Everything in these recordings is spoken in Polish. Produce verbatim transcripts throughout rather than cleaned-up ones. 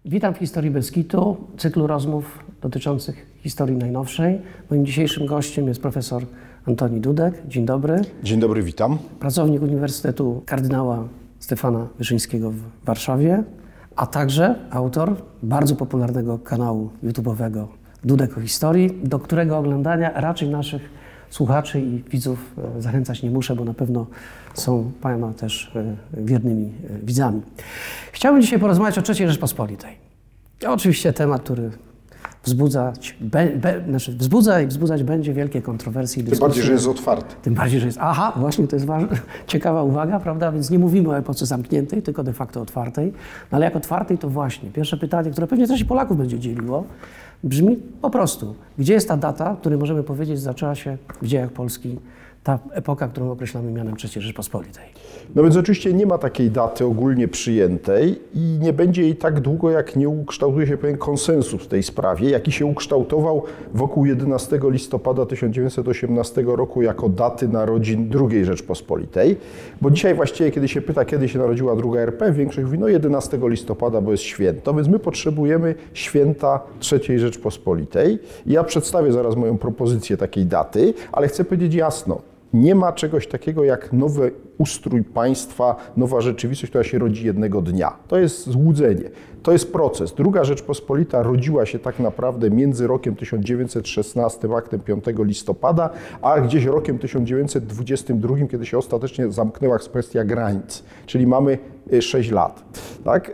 Witam w Historii Beskitu, cyklu rozmów dotyczących historii najnowszej. Moim dzisiejszym gościem jest profesor Antoni Dudek. Dzień dobry. Dzień dobry, witam. Pracownik Uniwersytetu Kardynała Stefana Wyszyńskiego w Warszawie, a także autor bardzo popularnego kanału YouTube'owego Dudek o Historii, do którego oglądania raczej naszych słuchaczy i widzów zachęcać nie muszę, bo na pewno są Pana też wiernymi widzami. Chciałbym dzisiaj porozmawiać o trzeciej Rzeczpospolitej. To oczywiście temat, który wzbudzać, be, be, znaczy wzbudza i wzbudzać będzie wielkie kontrowersje i dyskusje. Tym bardziej, że jest otwarty. Tym bardziej, że jest. Aha, właśnie to jest ważna, ciekawa uwaga, prawda? Więc nie mówimy o epoce zamkniętej, tylko de facto otwartej. No ale jak otwartej, to właśnie pierwsze pytanie, które pewnie też i Polaków będzie dzieliło, brzmi po prostu, gdzie jest ta data, w której możemy powiedzieć, zaczęła się w dziejach Polski ta epoka, którą określamy mianem trzeciej Rzeczpospolitej? No więc oczywiście nie ma takiej daty ogólnie przyjętej i nie będzie jej tak długo, jak nie ukształtuje się pewien konsensus w tej sprawie, jaki się ukształtował wokół jedenastego listopada tysiąc dziewięćset osiemnastego roku jako daty narodzin drugiej Rzeczpospolitej. Bo dzisiaj właściwie, kiedy się pyta, kiedy się narodziła druga R P, większość mówi, no jedenastego listopada, bo jest święto, więc my potrzebujemy święta trzeciej Rzeczpospolitej. Ja przedstawię zaraz moją propozycję takiej daty, ale chcę powiedzieć jasno, nie ma czegoś takiego jak nowy ustrój państwa, nowa rzeczywistość, która się rodzi jednego dnia. To jest złudzenie. To jest proces. Druga Rzeczpospolita rodziła się tak naprawdę między rokiem tysiąc dziewięćset szesnastym, aktem piątego listopada, a gdzieś rokiem tysiąc dziewięćset dwudziestym drugim, kiedy się ostatecznie zamknęła kwestia granic. Czyli mamy sześć lat. Tak?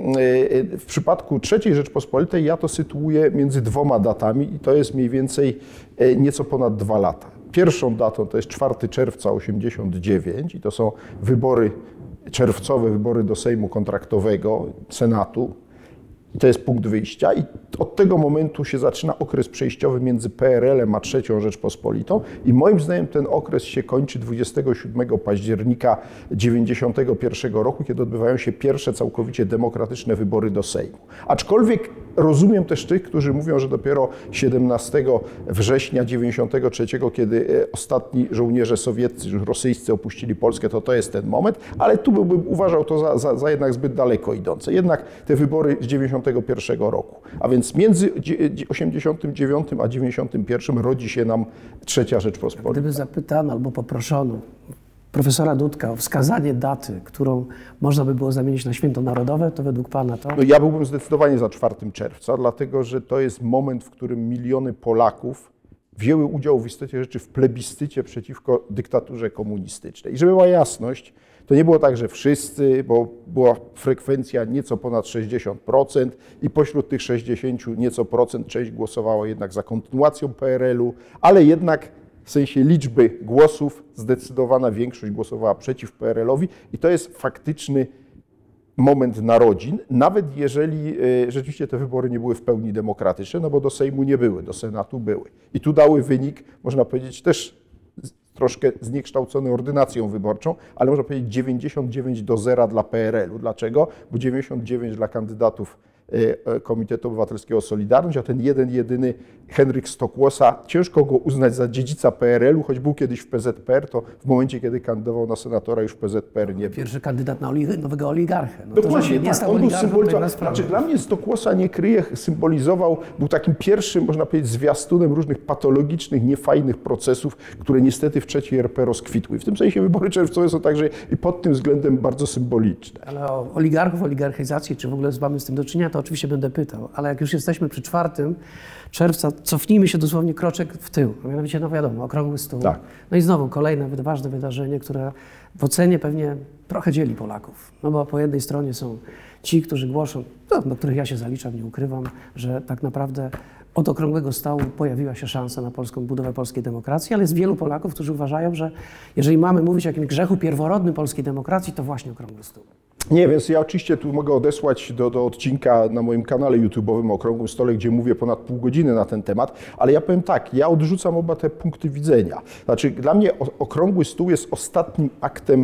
W przypadku trzeciej Rzeczpospolitej ja to sytuuję między dwoma datami i to jest mniej więcej nieco ponad dwa lata. Pierwszą datą to jest czwartego czerwca osiemdziesiąt dziewięć i to są wybory czerwcowe, wybory do Sejmu kontraktowego, Senatu. I to jest punkt wyjścia i od tego momentu się zaczyna okres przejściowy między P R L em a trzecią Rzeczpospolitą i moim zdaniem ten okres się kończy dwudziestego siódmego października dziewięćdziesiątego pierwszego roku, kiedy odbywają się pierwsze całkowicie demokratyczne wybory do Sejmu. Aczkolwiek rozumiem też tych, którzy mówią, że dopiero siedemnastego września dziewięćdziesiątego trzeciego, kiedy ostatni żołnierze sowieccy, rosyjscy opuścili Polskę, to to jest ten moment, ale tu bym uważał to za, za, za jednak zbyt daleko idące. Jednak te wybory z dziewięćdziesiątego pierwszego roku, a więc między osiemdziesiątym dziewiątym a dziewięćdziesiątym pierwszym rodzi się nam trzecia Rzeczpospolita. Gdyby zapytano albo poproszono profesora Dudka o wskazanie daty, którą można by było zamienić na święto narodowe, to według Pana to? No ja byłbym zdecydowanie za czwartego czerwca, dlatego że to jest moment, w którym miliony Polaków wzięły udział w istocie rzeczy w plebiscycie przeciwko dyktaturze komunistycznej. I żeby była jasność, to nie było tak, że wszyscy, bo była frekwencja nieco ponad sześćdziesiąt procent i pośród tych sześćdziesięciu nieco procent część głosowała jednak za kontynuacją P R L u, ale jednak w sensie liczby głosów zdecydowana większość głosowała przeciw P R L owi i to jest faktyczny moment narodzin, nawet jeżeli y, rzeczywiście te wybory nie były w pełni demokratyczne, no bo do Sejmu nie były, do Senatu były. I tu dały wynik, można powiedzieć, też troszkę zniekształcony ordynacją wyborczą, ale można powiedzieć dziewięćdziesiąt dziewięć do zera dla P R L u. Dlaczego? Bo dziewięćdziesiąt dziewięć dla kandydatów Komitetu Obywatelskiego Solidarność, a ten jeden, jedyny Henryk Stokłosa, ciężko go uznać za dziedzica P R L u, choć był kiedyś w P Z P R, to w momencie, kiedy kandydował na senatora, już w P Z P R nie był. Pierwszy kandydat na oli- nowego oligarchę. No Dokładnie, tak, on był symbolizowany. Znaczy, Znaczy, dla mnie Stokłosa nie kryje, symbolizował, był takim pierwszym, można powiedzieć, zwiastunem różnych patologicznych, niefajnych procesów, które niestety w trzeciej R P rozkwitły. W tym sensie wybory czerwcowe są także i pod tym względem bardzo symboliczne. Ale o oligarchów, oligarchizacji, czy w ogóle mamy z tym do czynienia, to oczywiście będę pytał, ale jak już jesteśmy przy czwartego czerwca, cofnijmy się dosłownie kroczek w tył, a mianowicie, no wiadomo, okrągły stół. Tak. No i znowu kolejne ważne wydarzenie, które w ocenie pewnie trochę dzieli Polaków. No bo po jednej stronie są ci, którzy głoszą, no, do których ja się zaliczam, nie ukrywam, że tak naprawdę od okrągłego stołu pojawiła się szansa na polską budowę polskiej demokracji, ale jest wielu Polaków, którzy uważają, że jeżeli mamy mówić o jakimś grzechu pierworodnym polskiej demokracji, to właśnie okrągły stół. Nie, więc ja oczywiście tu mogę odesłać do, do odcinka na moim kanale YouTube'owym o Okrągłym Stole, gdzie mówię ponad pół godziny na ten temat, ale ja powiem tak, ja odrzucam oba te punkty widzenia. Znaczy, dla mnie Okrągły Stół jest ostatnim aktem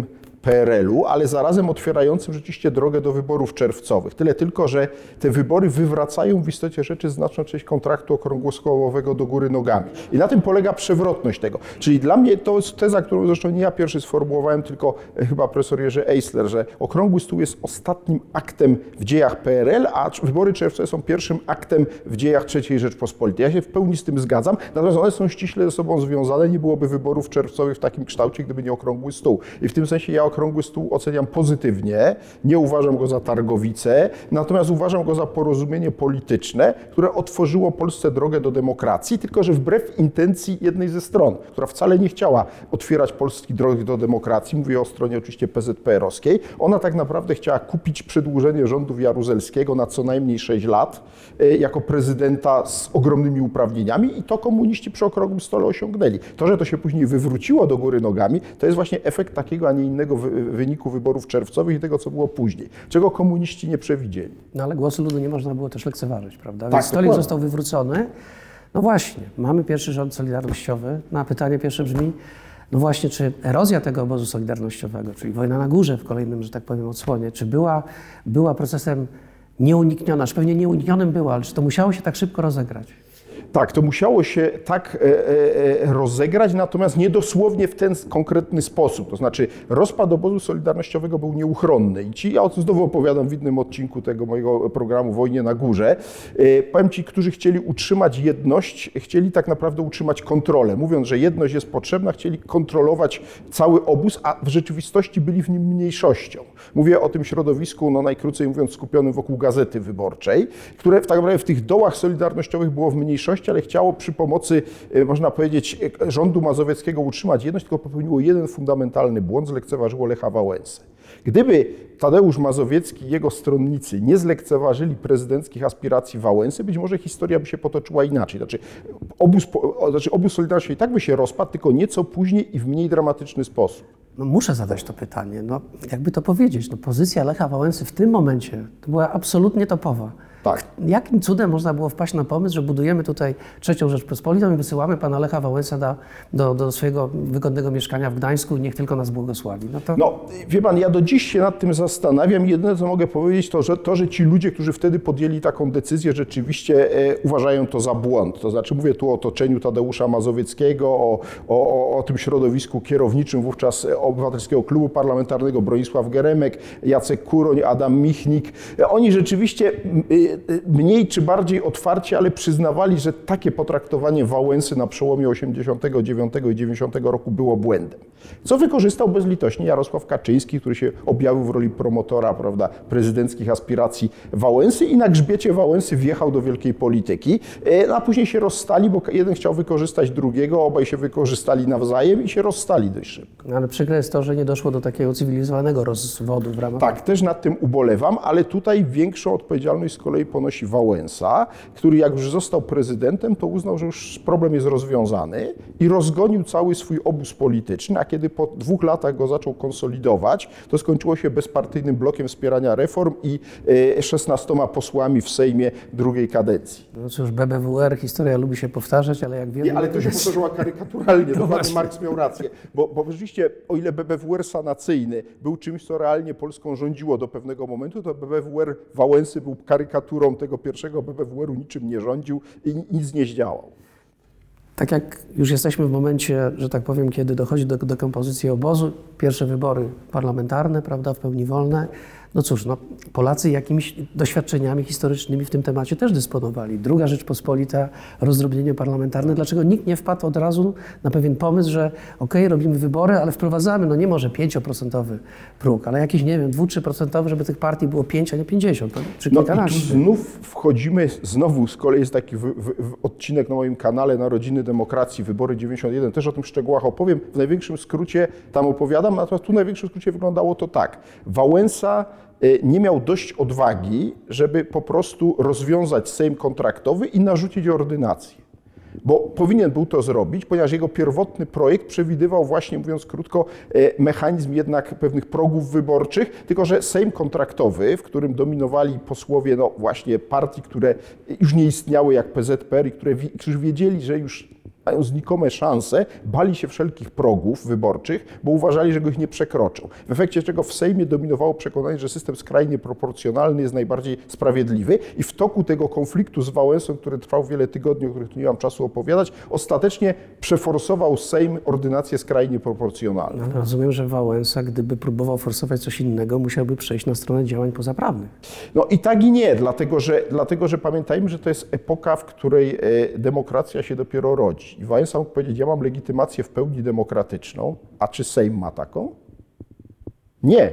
P R L u, ale zarazem otwierającym rzeczywiście drogę do wyborów czerwcowych. Tyle tylko, że te wybory wywracają w istocie rzeczy znaczną część kontraktu okrągłoskałowego do góry nogami. I na tym polega przewrotność tego. Czyli dla mnie to jest teza, którą zresztą nie ja pierwszy sformułowałem, tylko chyba profesor Jerzy Eisler, że okrągły stół jest ostatnim aktem w dziejach P R L, a wybory czerwcowe są pierwszym aktem w dziejach trzeciej Rzeczpospolitej. Ja się w pełni z tym zgadzam, natomiast one są ściśle ze sobą związane. Nie byłoby wyborów czerwcowych w takim kształcie, gdyby nie okrągły stół. I w tym sensie ja okrągły stół oceniam pozytywnie, nie uważam go za targowicę, natomiast uważam go za porozumienie polityczne, które otworzyło Polsce drogę do demokracji, tylko że wbrew intencji jednej ze stron, która wcale nie chciała otwierać Polski drogi do demokracji, mówię o stronie oczywiście P Z P R-owskiej, ona tak naprawdę chciała kupić przedłużenie rządów Jaruzelskiego na co najmniej sześć lat jako prezydenta z ogromnymi uprawnieniami i to komuniści przy okrągłym stole osiągnęli. To, że to się później wywróciło do góry nogami, to jest właśnie efekt takiego, a nie innego wy wyniku wyborów czerwcowych i tego, co było później, czego komuniści nie przewidzieli. No ale głosu ludu nie można było też lekceważyć, prawda? Tak, Więc stolik dokładnie. został wywrócony. No właśnie, mamy pierwszy rząd solidarnościowy. Na pytanie pierwsze brzmi, no właśnie, czy erozja tego obozu solidarnościowego, czyli wojna na górze w kolejnym, że tak powiem, odsłonie, czy była, była procesem nieunikniona, aż pewnie nieuniknionym była, ale czy to musiało się tak szybko rozegrać? Tak, to musiało się tak e, e, rozegrać, natomiast nie dosłownie w ten konkretny sposób. To znaczy rozpad obozu solidarnościowego był nieuchronny i ci, ja o tym znowu opowiadam w innym odcinku tego mojego programu Wojnie na Górze, e, powiem ci, którzy chcieli utrzymać jedność, chcieli tak naprawdę utrzymać kontrolę. Mówiąc, że jedność jest potrzebna, chcieli kontrolować cały obóz, a w rzeczywistości byli w nim mniejszością. Mówię o tym środowisku, no najkrócej mówiąc, skupionym wokół Gazety Wyborczej, które tak naprawdę w tych dołach solidarnościowych było w mniejszości, ale chciało przy pomocy, można powiedzieć, rządu mazowieckiego utrzymać jedność, tylko popełniło jeden fundamentalny błąd, zlekceważyło Lecha Wałęsę. Gdyby Tadeusz Mazowiecki i jego stronnicy nie zlekceważyli prezydenckich aspiracji Wałęsy, być może historia by się potoczyła inaczej. Znaczy obóz, znaczy obóz Solidarności i tak by się rozpadł, tylko nieco później i w mniej dramatyczny sposób. No muszę zadać to pytanie, no jakby to powiedzieć, no pozycja Lecha Wałęsy w tym momencie to była absolutnie topowa. Tak. Jakim cudem można było wpaść na pomysł, że budujemy tutaj trzecią Rzeczpospolitą i wysyłamy pana Lecha Wałęsę do, do, do swojego wygodnego mieszkania w Gdańsku i niech tylko nas błogosławi. No, to... no wie pan, ja do dziś się nad tym zastanawiam. Jedyne, co mogę powiedzieć, to że, to, że ci ludzie, którzy wtedy podjęli taką decyzję, rzeczywiście e, uważają to za błąd. To znaczy mówię tu o otoczeniu Tadeusza Mazowieckiego, o, o, o, o tym środowisku kierowniczym wówczas Obywatelskiego Klubu Parlamentarnego, Bronisław Geremek, Jacek Kuroń, Adam Michnik. Oni rzeczywiście e, mniej czy bardziej otwarcie, ale przyznawali, że takie potraktowanie Wałęsy na przełomie osiemdziesiątego dziewiątego i dziewięćdziesiątego roku było błędem. Co wykorzystał bezlitośnie Jarosław Kaczyński, który się objawił w roli promotora, prawda, prezydenckich aspiracji Wałęsy i na grzbiecie Wałęsy wjechał do wielkiej polityki, a później się rozstali, bo jeden chciał wykorzystać drugiego, obaj się wykorzystali nawzajem i się rozstali dość szybko. Ale przykre jest to, że nie doszło do takiego cywilizowanego rozwodu w ramach... Tak, też nad tym ubolewam, ale tutaj większą odpowiedzialność z kolei ponosi Wałęsa, który jak już został prezydentem, to uznał, że już problem jest rozwiązany i rozgonił cały swój obóz polityczny, a kiedy po dwóch latach go zaczął konsolidować, to skończyło się bezpartyjnym blokiem wspierania reform i szesnastoma posłami w Sejmie drugiej kadencji. No cóż, B B W R, historia lubi się powtarzać, ale jak wiemy... Nie, ale to się powtórzyła karykaturalnie, no dokładnie Marks miał rację, bo, bo rzeczywiście o ile B B W R sanacyjny był czymś, co realnie Polską rządziło do pewnego momentu, to B B W R Wałęsy był karykaturą tego pierwszego B B W R-u, niczym nie rządził i nic nie zdziałał. Tak jak już jesteśmy w momencie, że tak powiem, kiedy dochodzi do dekompozycji obozu, pierwsze wybory parlamentarne, prawda, w pełni wolne, no cóż, no, Polacy jakimiś doświadczeniami historycznymi w tym temacie też dysponowali. Druga Rzeczpospolita, rozdrobnienie parlamentarne. Dlaczego nikt nie wpadł od razu na pewien pomysł, że okej, okay, robimy wybory, ale wprowadzamy, no nie może pięcioprocentowy próg, ale jakiś, nie wiem, dwu, trzy procentowy, żeby tych partii było pięć, a nie pięćdziesiąt, czy kilkanaście. No i tu znów wchodzimy, znowu z kolei jest taki w, w, w odcinek na moim kanale Narodziny Demokracji, Wybory dziewięćdziesiąt jeden, też o tym szczegółach opowiem. W największym skrócie tam opowiadam, natomiast tu w największym skrócie wyglądało to tak. Wałęsa nie miał dość odwagi, żeby po prostu rozwiązać Sejm kontraktowy i narzucić ordynację. Bo powinien był to zrobić, ponieważ jego pierwotny projekt przewidywał właśnie, mówiąc krótko, mechanizm jednak pewnych progów wyborczych, tylko że Sejm kontraktowy, w którym dominowali posłowie no właśnie partii, które już nie istniały jak P Z P R i które, którzy wiedzieli, że już mają znikome szanse, bali się wszelkich progów wyborczych, bo uważali, że go ich nie przekroczą. W efekcie czego w Sejmie dominowało przekonanie, że system skrajnie proporcjonalny jest najbardziej sprawiedliwy i w toku tego konfliktu z Wałęsą, który trwał wiele tygodni, o których tu nie mam czasu opowiadać, ostatecznie przeforsował Sejm ordynację skrajnie proporcjonalną. Ale rozumiem, że Wałęsa, gdyby próbował forsować coś innego, musiałby przejść na stronę działań pozaprawnych. No i tak i nie, dlatego że, dlatego że pamiętajmy, że to jest epoka, w której demokracja się dopiero rodzi. I Wałęsa mógł powiedzieć, ja mam legitymację w pełni demokratyczną, a czy Sejm ma taką? Nie.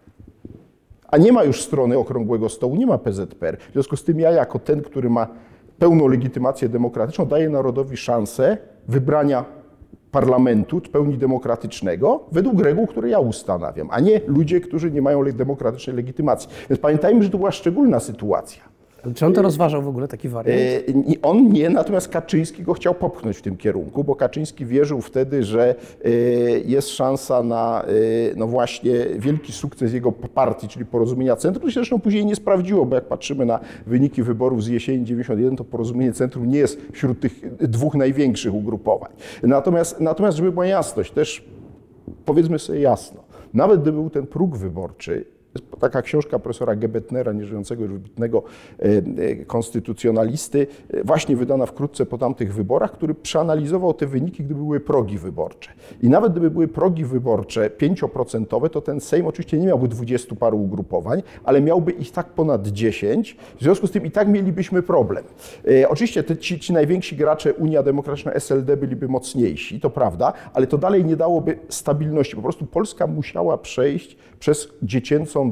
A nie ma już strony okrągłego stołu, nie ma P Z P R. W związku z tym ja jako ten, który ma pełną legitymację demokratyczną, daję narodowi szansę wybrania parlamentu w pełni demokratycznego według reguł, które ja ustanawiam, a nie ludzie, którzy nie mają demokratycznej legitymacji. Więc pamiętajmy, że to była szczególna sytuacja. Czy on to rozważał w ogóle, taki wariant? On nie, natomiast Kaczyński go chciał popchnąć w tym kierunku, bo Kaczyński wierzył wtedy, że jest szansa na no właśnie wielki sukces jego partii, czyli Porozumienia Centrum. To się zresztą później nie sprawdziło, bo jak patrzymy na wyniki wyborów z jesieni dziewięćdziesiątego pierwszego, to Porozumienie Centrum nie jest wśród tych dwóch największych ugrupowań. Natomiast, natomiast żeby była jasność, też powiedzmy sobie jasno, nawet gdyby był ten próg wyborczy, taka książka profesora Gebetnera, nieżyjącego już wybitnego konstytucjonalisty, właśnie wydana wkrótce po tamtych wyborach, który przeanalizował te wyniki, gdyby były progi wyborcze. I nawet gdyby były progi wyborcze pięcioprocentowe, to ten Sejm oczywiście nie miałby dwudziestu paru ugrupowań, ale miałby ich tak ponad dziesięć. W związku z tym i tak mielibyśmy problem. E, oczywiście te, ci, ci najwięksi gracze, Unia Demokratyczna, S L D byliby mocniejsi, to prawda, ale to dalej nie dałoby stabilności. Po prostu Polska musiała przejść przez dziecięcą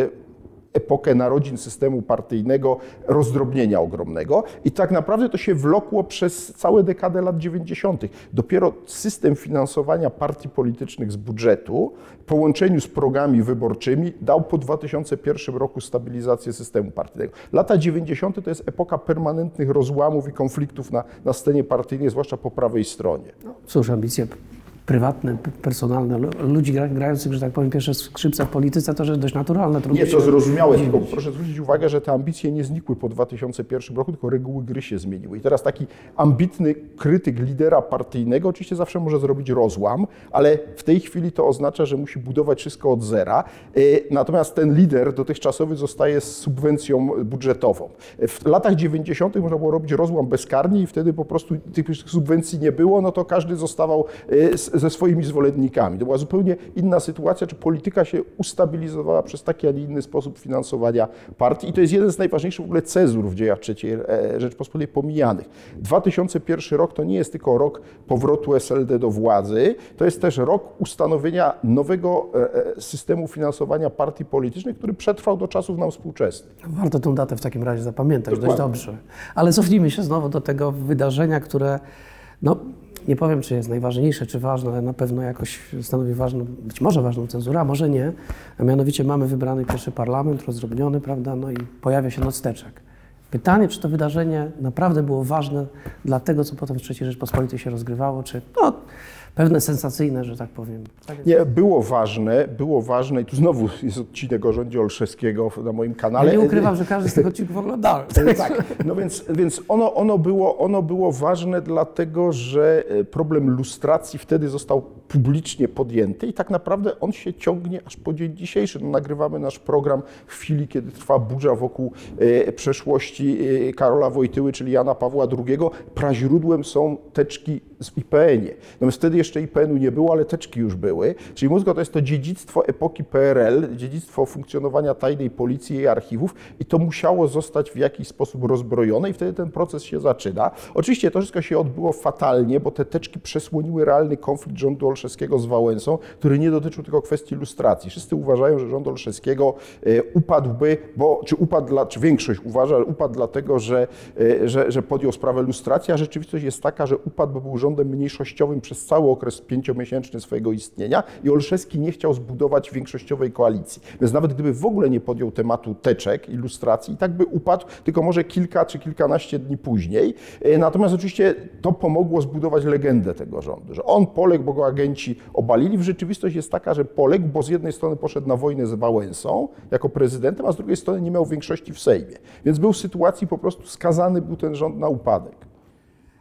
epokę narodzin systemu partyjnego, rozdrobnienia ogromnego i tak naprawdę to się wlokło przez całe dekadę lat dziewięćdziesiątych. Dopiero system finansowania partii politycznych z budżetu w połączeniu z progami wyborczymi dał po dwa tysiące pierwszym roku stabilizację systemu partyjnego. Lata dziewięćdziesiąte to jest epoka permanentnych rozłamów i konfliktów na, na scenie partyjnej, zwłaszcza po prawej stronie. No, cóż, ambicje prywatne, personalne, ludzi grających, że tak powiem, pierwsze skrzypce w polityce, to że dość naturalne. Nie, to zrozumiałe, tylko proszę zwrócić uwagę, że te ambicje nie znikły po dwa tysiące pierwszym roku, tylko reguły gry się zmieniły. I teraz taki ambitny krytyk lidera partyjnego oczywiście zawsze może zrobić rozłam, ale w tej chwili to oznacza, że musi budować wszystko od zera. Natomiast ten lider dotychczasowy zostaje z subwencją budżetową. W latach dziewięćdziesiątych można było robić rozłam bezkarnie i wtedy po prostu tych subwencji nie było, no to każdy zostawał ze swoimi zwolennikami. To była zupełnie inna sytuacja, czy polityka się ustabilizowała przez taki, a nie inny sposób finansowania partii. I to jest jeden z najważniejszych w ogóle cezur w dziejach trzeciej Rzeczpospolitej pomijanych. dwa tysiące pierwszy rok to nie jest tylko rok powrotu S L D do władzy, to jest też rok ustanowienia nowego systemu finansowania partii politycznych, który przetrwał do czasów nam współczesnych. Warto tę datę w takim razie zapamiętać dość dobrze. Ale cofnijmy się znowu do tego wydarzenia, które no, nie powiem, czy jest najważniejsze, czy ważne, ale na pewno jakoś stanowi ważną, być może ważną cenzurę, a może nie. A mianowicie mamy wybrany pierwszy parlament, rozdrobniony, prawda, no i pojawia się nocteczek. Pytanie, czy to wydarzenie naprawdę było ważne dla tego, co potem w trzeciej Rzeczpospolitej się rozgrywało, czy no, pewne sensacyjne, że tak powiem. Tak nie, było ważne, było ważne i tu znowu jest odcinek o rządzie Olszewskiego na moim kanale. Ja nie ukrywam, że każdy z tych odcinków oglądałem. Tak, no więc, więc ono, ono, było, ono było ważne dlatego, że problem lustracji wtedy został publicznie podjęty i tak naprawdę on się ciągnie aż po dzień dzisiejszy. No, nagrywamy nasz program w chwili, kiedy trwa burza wokół e, przeszłości e, Karola Wojtyły, czyli Jana Pawła drugiego. Praźródłem są teczki z I P N ie. No wtedy jeszcze I P N u nie było, ale teczki już były. Czyli mówiąc krótko, to jest to dziedzictwo epoki P R L, dziedzictwo funkcjonowania tajnej policji i archiwów i to musiało zostać w jakiś sposób rozbrojone i wtedy ten proces się zaczyna. Oczywiście to wszystko się odbyło fatalnie, bo te teczki przesłoniły realny konflikt rządu Olszewskiego z Wałęsą, który nie dotyczył tylko kwestii lustracji. Wszyscy uważają, że rząd Olszewskiego upadłby, bo, czy upadł, dla, czy większość uważa, że upadł dlatego, że, że, że podjął sprawę lustracji, a rzeczywistość jest taka, że upadł, bo był rządem mniejszościowym przez cały okres pięciomiesięczny swojego istnienia i Olszewski nie chciał zbudować większościowej koalicji. Więc nawet gdyby w ogóle nie podjął tematu teczek i lustracji, i tak by upadł, tylko może kilka czy kilkanaście dni później. Natomiast oczywiście to pomogło zbudować legendę tego rządu, że on poległ, bo go agenci obalili. W rzeczywistości jest taka, że poległ, bo z jednej strony poszedł na wojnę z Wałęsą jako prezydentem, a z drugiej strony nie miał większości w Sejmie. Więc był w sytuacji po prostu skazany był ten rząd na upadek.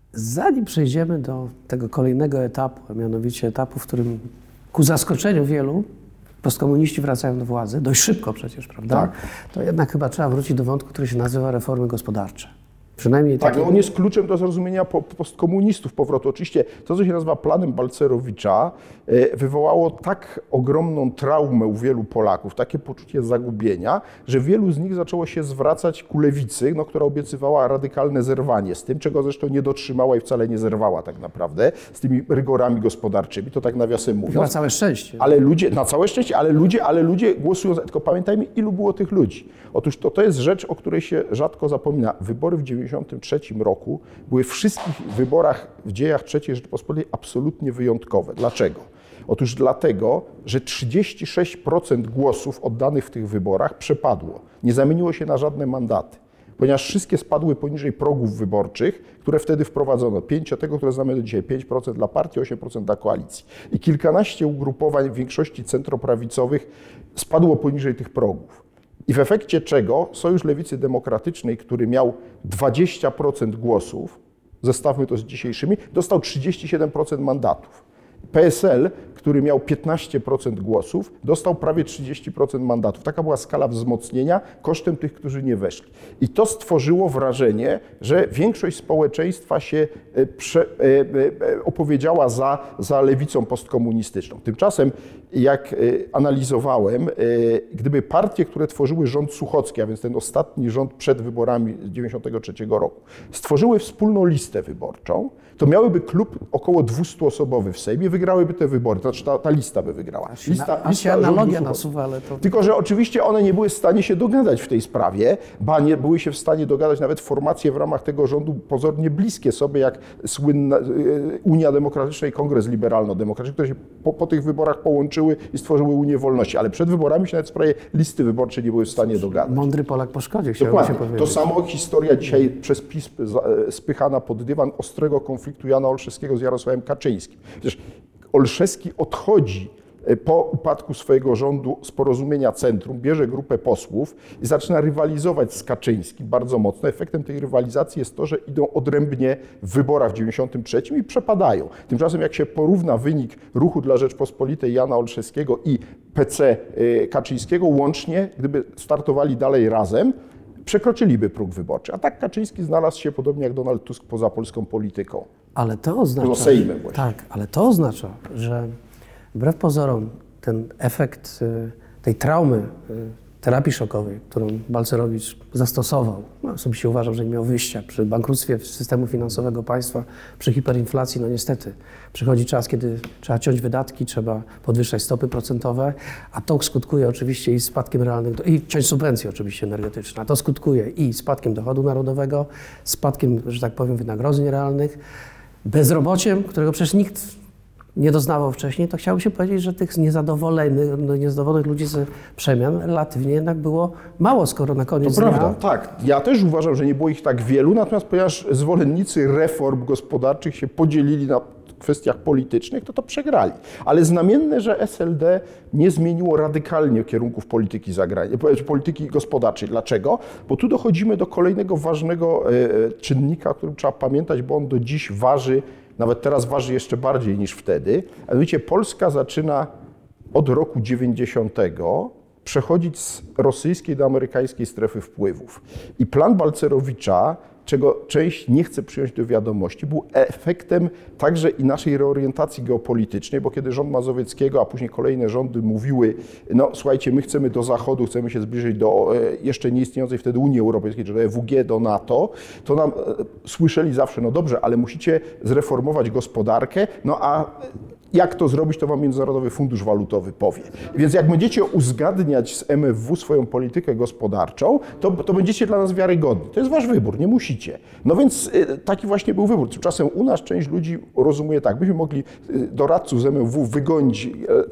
Zanim przejdziemy do tego kolejnego etapu, a mianowicie etapu, w którym ku zaskoczeniu wielu postkomuniści wracają do władzy, dość szybko przecież, prawda? Tak. To jednak chyba trzeba wrócić do wątku, który się nazywa reformy gospodarcze. Przynajmniej Tak, takie... on jest kluczem do zrozumienia po, postkomunistów powrotu. Oczywiście to, co się nazywa planem Balcerowicza, e, wywołało tak ogromną traumę u wielu Polaków, takie poczucie zagubienia, że wielu z nich zaczęło się zwracać ku lewicy, no, która obiecywała radykalne zerwanie z tym, czego zresztą nie dotrzymała i wcale nie zerwała tak naprawdę, z tymi rygorami gospodarczymi, to tak nawiasem mówiąc. Na całe szczęście. Ale ludzie, na całe szczęście, ale ludzie, ale ludzie głosują za, tylko pamiętajmy, ilu było tych ludzi. Otóż to, to jest rzecz, o której się rzadko zapomina. Wybory w dziewięćdziesiątym trzecim roku były w wszystkich wyborach w dziejach trzeciej Rzeczypospolitej absolutnie wyjątkowe. Dlaczego? Otóż dlatego, że trzydzieści sześć procent głosów oddanych w tych wyborach przepadło. Nie zamieniło się na żadne mandaty, ponieważ wszystkie spadły poniżej progów wyborczych, które wtedy wprowadzono. Pięć tego, które znamy do dzisiaj, pięć procent dla partii, osiem procent dla koalicji. I kilkanaście ugrupowań w większości centroprawicowych spadło poniżej tych progów. I w efekcie czego Sojusz Lewicy Demokratycznej, który miał dwadzieścia procent głosów, zestawmy to z dzisiejszymi, dostał trzydzieści siedem procent mandatów. P S L, który miał piętnaście procent głosów, dostał prawie trzydzieści procent mandatów. Taka była skala wzmocnienia kosztem tych, którzy nie weszli. I to stworzyło wrażenie, że większość społeczeństwa się prze, opowiedziała za, za lewicą postkomunistyczną. Tymczasem, jak analizowałem, gdyby partie, które tworzyły rząd Suchocki, a więc ten ostatni rząd przed wyborami z dziewięćdziesiątego trzeciego roku, stworzyły wspólną listę wyborczą, to miałyby klub około dwieście-osobowy w Sejmie, wygrałyby te wybory, to znaczy ta, ta lista by wygrała. Lista, A się analogia nasuwa, ale to... Tylko że oczywiście one nie były w stanie się dogadać w tej sprawie, ba nie były się w stanie dogadać nawet formacje w ramach tego rządu pozornie bliskie sobie, jak słynna Unia Demokratyczna i Kongres Liberalno-Demokratyczny, które się po, po tych wyborach połączyły i stworzyły Unię Wolności, ale przed wyborami się nawet w sprawie listy wyborczej nie były w stanie dogadać. Mądry Polak po szkodzie, chciałbym Dokładnie. się powiedzieć. To samo historia dzisiaj przez PiS spychana pod dywan ostrego konfliktu Jana Olszewskiego z Jarosławem Kaczyńskim. Przecież Olszewski odchodzi po upadku swojego rządu z Porozumienia Centrum, bierze grupę posłów i zaczyna rywalizować z Kaczyńskim bardzo mocno. Efektem tej rywalizacji jest to, że idą odrębnie w wyborach w dziewięćdziesiątym trzecim i przepadają. Tymczasem jak się porówna wynik Ruchu dla Rzeczpospolitej Jana Olszewskiego i P C Kaczyńskiego łącznie, gdyby startowali dalej razem, przekroczyliby próg wyborczy. A tak Kaczyński znalazł się, podobnie jak Donald Tusk, poza polską polityką. Ale to oznacza, poza Sejmem właśnie. Tak, ale to oznacza, że wbrew pozorom ten efekt tej traumy terapii szokowej, którą Balcerowicz zastosował, no, osobiście uważam, że nie miał wyjścia przy bankructwie systemu finansowego państwa, przy hiperinflacji, no niestety przychodzi czas, kiedy trzeba ciąć wydatki, trzeba podwyższać stopy procentowe, a to skutkuje oczywiście i spadkiem realnych, i ciąć subwencji oczywiście energetyczne, a to skutkuje i spadkiem dochodu narodowego, spadkiem, że tak powiem, wynagrodzeń realnych, bezrobociem, którego przecież nikt nie doznawał wcześniej, to chciałbym się powiedzieć, że tych niezadowolonych, no, niezadowolonych ludzi z przemian relatywnie jednak było mało, skoro na koniec To dnia... prawda, tak. Ja też uważam, że nie było ich tak wielu, natomiast ponieważ zwolennicy reform gospodarczych się podzielili na kwestiach politycznych, to to przegrali. Ale znamienne, że S L D nie zmieniło radykalnie kierunków polityki zagranicznej, polityki gospodarczej. Dlaczego? Bo tu dochodzimy do kolejnego ważnego czynnika, o którym trzeba pamiętać, bo on do dziś waży, nawet teraz waży jeszcze bardziej niż wtedy. A mianowicie Polska zaczyna od roku dziewięćdziesiątego przechodzić z rosyjskiej do amerykańskiej strefy wpływów. I plan Balcerowicza, czego część nie chce przyjąć do wiadomości, był efektem także i naszej reorientacji geopolitycznej, bo kiedy rząd Mazowieckiego, a później kolejne rządy mówiły, no słuchajcie, my chcemy do Zachodu, chcemy się zbliżyć do jeszcze nieistniejącej wtedy Unii Europejskiej, czy do E W G, do NATO, to nam słyszeli zawsze, no dobrze, ale musicie zreformować gospodarkę, no a jak to zrobić, to wam Międzynarodowy Fundusz Walutowy powie. Więc jak będziecie uzgadniać z M F W swoją politykę gospodarczą, to, to będziecie dla nas wiarygodni. To jest wasz wybór, nie musicie. No więc taki właśnie był wybór. Tymczasem u nas część ludzi rozumie tak, byśmy mogli doradców z M F W wygonić,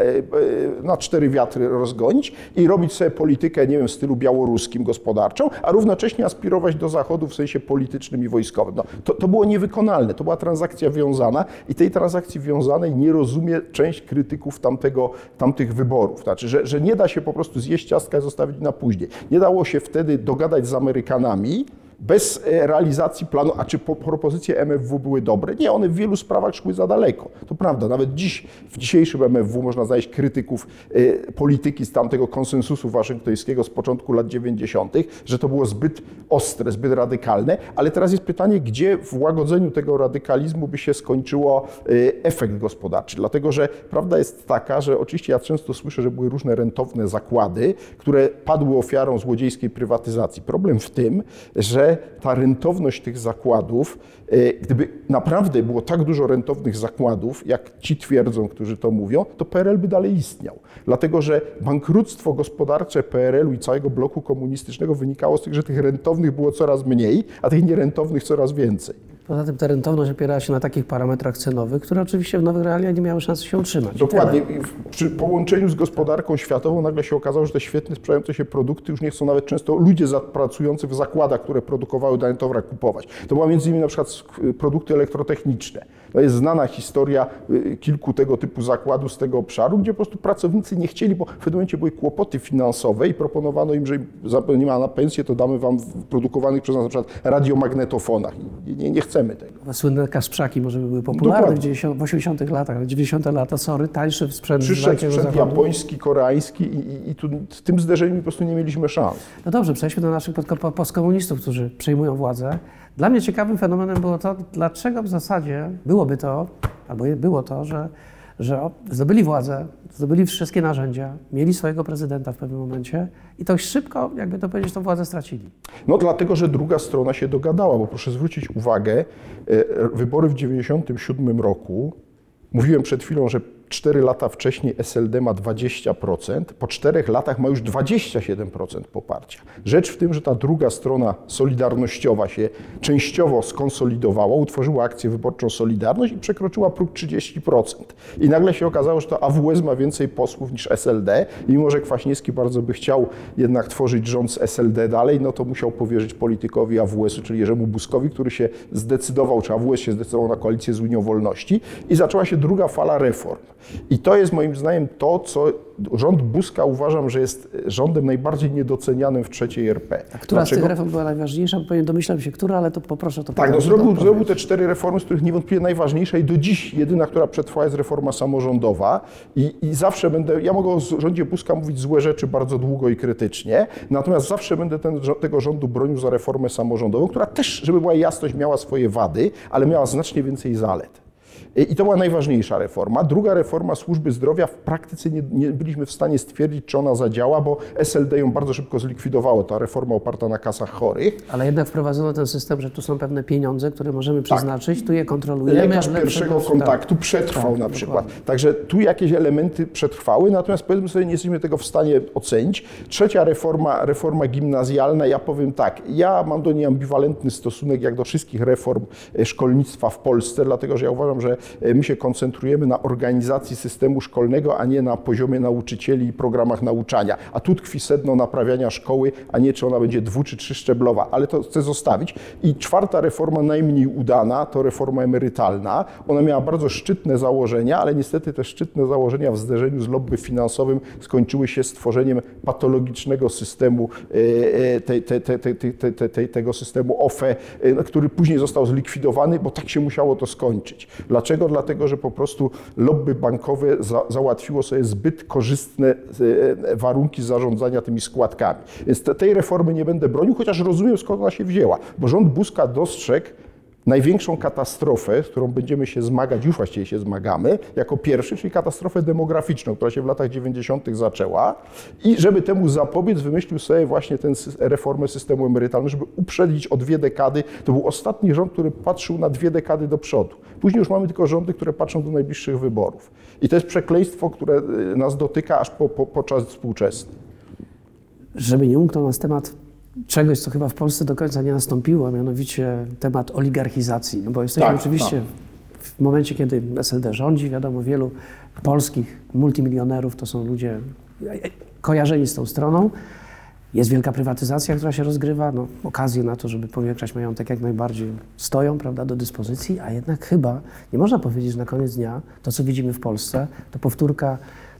na cztery wiatry rozgonić i robić sobie politykę, nie wiem, w stylu białoruskim gospodarczą, a równocześnie aspirować do Zachodu w sensie politycznym i wojskowym. No, to, to było niewykonalne, to była transakcja wiązana i tej transakcji wiązanej nie rozumie rozumie część krytyków tamtego, tamtych wyborów. Znaczy, że, że nie da się po prostu zjeść ciastka i zostawić na później. Nie dało się wtedy dogadać z Amerykanami, bez realizacji planu, a czy po, propozycje M F W były dobre? Nie, one w wielu sprawach szły za daleko. To prawda, nawet dziś, w dzisiejszym M F W można znaleźć krytyków y, polityki z tamtego konsensusu waszyngtońskiego z początku lat dziewięćdziesiątych, że to było zbyt ostre, zbyt radykalne, ale teraz jest pytanie, gdzie w łagodzeniu tego radykalizmu by się skończyło y, efekt gospodarczy. Dlatego, że prawda jest taka, że oczywiście ja często słyszę, że były różne rentowne zakłady, które padły ofiarą złodziejskiej prywatyzacji. Problem w tym, że ta rentowność tych zakładów, gdyby naprawdę było tak dużo rentownych zakładów, jak ci twierdzą, którzy to mówią, to P R L by dalej istniał. Dlatego, że bankructwo gospodarcze P R L u i całego bloku komunistycznego wynikało z tego, że tych rentownych było coraz mniej, a tych nierentownych coraz więcej. Poza tym ta rentowność opierała się na takich parametrach cenowych, które oczywiście w nowych realiach nie miały szansy się utrzymać. Dokładnie. Przy połączeniu z gospodarką światową nagle się okazało, że te świetnie sprzedające się produkty już nie chcą nawet często ludzie pracujący w zakładach, które produkowały dany towar, kupować. To była między innymi na przykład produkty elektrotechniczne. To jest znana historia kilku tego typu zakładów z tego obszaru, gdzie po prostu pracownicy nie chcieli, bo w pewnym momencie były kłopoty finansowe i proponowano im, że nie ma na pensję, to damy wam w produkowanych przez nas na przykład radiomagnetofonach. Nie, nie, nie chcemy tego. Słynne kaszprzaki może by były popularne w osiemdziesiątych latach, ale dziewięćdziesiąte lata, sorry, tańszy sprzęt z Przyszedł dalekiego sprzęt zachodu. japoński, koreański i, i, i tu w tym zderzeniu po prostu nie mieliśmy szans. No dobrze, przejdźmy do naszych podko- postkomunistów, którzy przejmują władzę. Dla mnie ciekawym fenomenem było to, dlaczego w zasadzie byłoby to, albo było to, że, że zdobyli władzę, zdobyli wszystkie narzędzia, mieli swojego prezydenta w pewnym momencie i to szybko, jakby to powiedzieć, tą władzę stracili. No dlatego, że druga strona się dogadała, bo proszę zwrócić uwagę, wybory w dziewięćdziesiątym siódmym roku, mówiłem przed chwilą, że cztery lata wcześniej S L D ma dwadzieścia procent, po czterech latach ma już dwadzieścia siedem procent poparcia. Rzecz w tym, że ta druga strona solidarnościowa się częściowo skonsolidowała, utworzyła akcję wyborczą Solidarność i przekroczyła próg trzydzieści procent. I nagle się okazało, że to A W S ma więcej posłów niż S L D i mimo, że Kwaśniewski bardzo by chciał jednak tworzyć rząd z S L D dalej, no to musiał powierzyć politykowi A W S u, czyli Jerzemu Buzkowi, który się zdecydował, czy A W S się zdecydował na koalicję z Unią Wolności i zaczęła się druga fala reform. I to jest moim zdaniem to, co rząd Buzka uważam, że jest rządem najbardziej niedocenianym w trzeciej R P. A która Dlaczego? z tych reform była najważniejsza? Bo pewnie domyślam się, która, ale to poproszę to Tak, no pytać, zrobił, to zrobił te cztery reformy, z których niewątpliwie najważniejsza i do dziś jedyna, która przetrwała, jest reforma samorządowa. I, i zawsze będę, ja mogę o rządzie Buzka mówić złe rzeczy bardzo długo i krytycznie, natomiast zawsze będę ten, tego rządu bronił za reformę samorządową, która też, żeby była jasność, miała swoje wady, ale miała znacznie więcej zalet. I to była najważniejsza reforma. Druga reforma służby zdrowia, w praktyce nie, nie byliśmy w stanie stwierdzić, czy ona zadziała, bo S L D ją bardzo szybko zlikwidowało, ta reforma oparta na kasach chorych. Ale jednak wprowadzono ten system, że tu są pewne pieniądze, które możemy przeznaczyć, tak. Tu je kontrolujemy. Lekarz pierwszego kontaktu przetrwał tak, na przykład. Dokładnie. Także tu jakieś elementy przetrwały, natomiast powiedzmy sobie, nie jesteśmy tego w stanie ocenić. Trzecia reforma, reforma gimnazjalna, ja powiem tak, ja mam do niej ambiwalentny stosunek, jak do wszystkich reform szkolnictwa w Polsce, dlatego że ja uważam, że my się koncentrujemy na organizacji systemu szkolnego, a nie na poziomie nauczycieli i programach nauczania. A tu tkwi sedno naprawiania szkoły, a nie czy ona będzie dwu czy trzyszczeblowa, ale to chcę zostawić. I czwarta reforma, najmniej udana, to reforma emerytalna. Ona miała bardzo szczytne założenia, ale niestety te szczytne założenia w zderzeniu z lobby finansowym skończyły się stworzeniem patologicznego systemu, te, te, te, te, te, te, te, tego systemu O F E, który później został zlikwidowany, bo tak się musiało to skończyć. Dlaczego? Dlatego, że po prostu lobby bankowe za, załatwiło sobie zbyt korzystne e, warunki zarządzania tymi składkami. Więc te, tej reformy nie będę bronił, chociaż rozumiem, skąd ona się wzięła. Bo rząd Buzka dostrzegł największą katastrofę, z którą będziemy się zmagać, już właściwie się zmagamy, jako pierwszy, czyli katastrofę demograficzną, która się w latach dziewięćdziesiątych zaczęła i żeby temu zapobiec, wymyślił sobie właśnie tę reformę systemu emerytalnego, żeby uprzedzić o dwie dekady. To był ostatni rząd, który patrzył na dwie dekady do przodu. Później już mamy tylko rządy, które patrzą do najbliższych wyborów. I to jest przekleństwo, które nas dotyka aż po, po, po czas współczesny. Żeby nie umknął nas temat czegoś, co chyba w Polsce do końca nie nastąpiło, a mianowicie temat oligarchizacji. No bo jesteśmy tak, oczywiście tak. w momencie, kiedy S L D rządzi, wiadomo, wielu polskich multimilionerów to są ludzie kojarzeni z tą stroną. Jest wielka prywatyzacja, która się rozgrywa, no, okazje na to, żeby powiększać majątek jak najbardziej stoją, prawda, do dyspozycji, a jednak chyba nie można powiedzieć, że na koniec dnia to, co widzimy w Polsce, to powtórka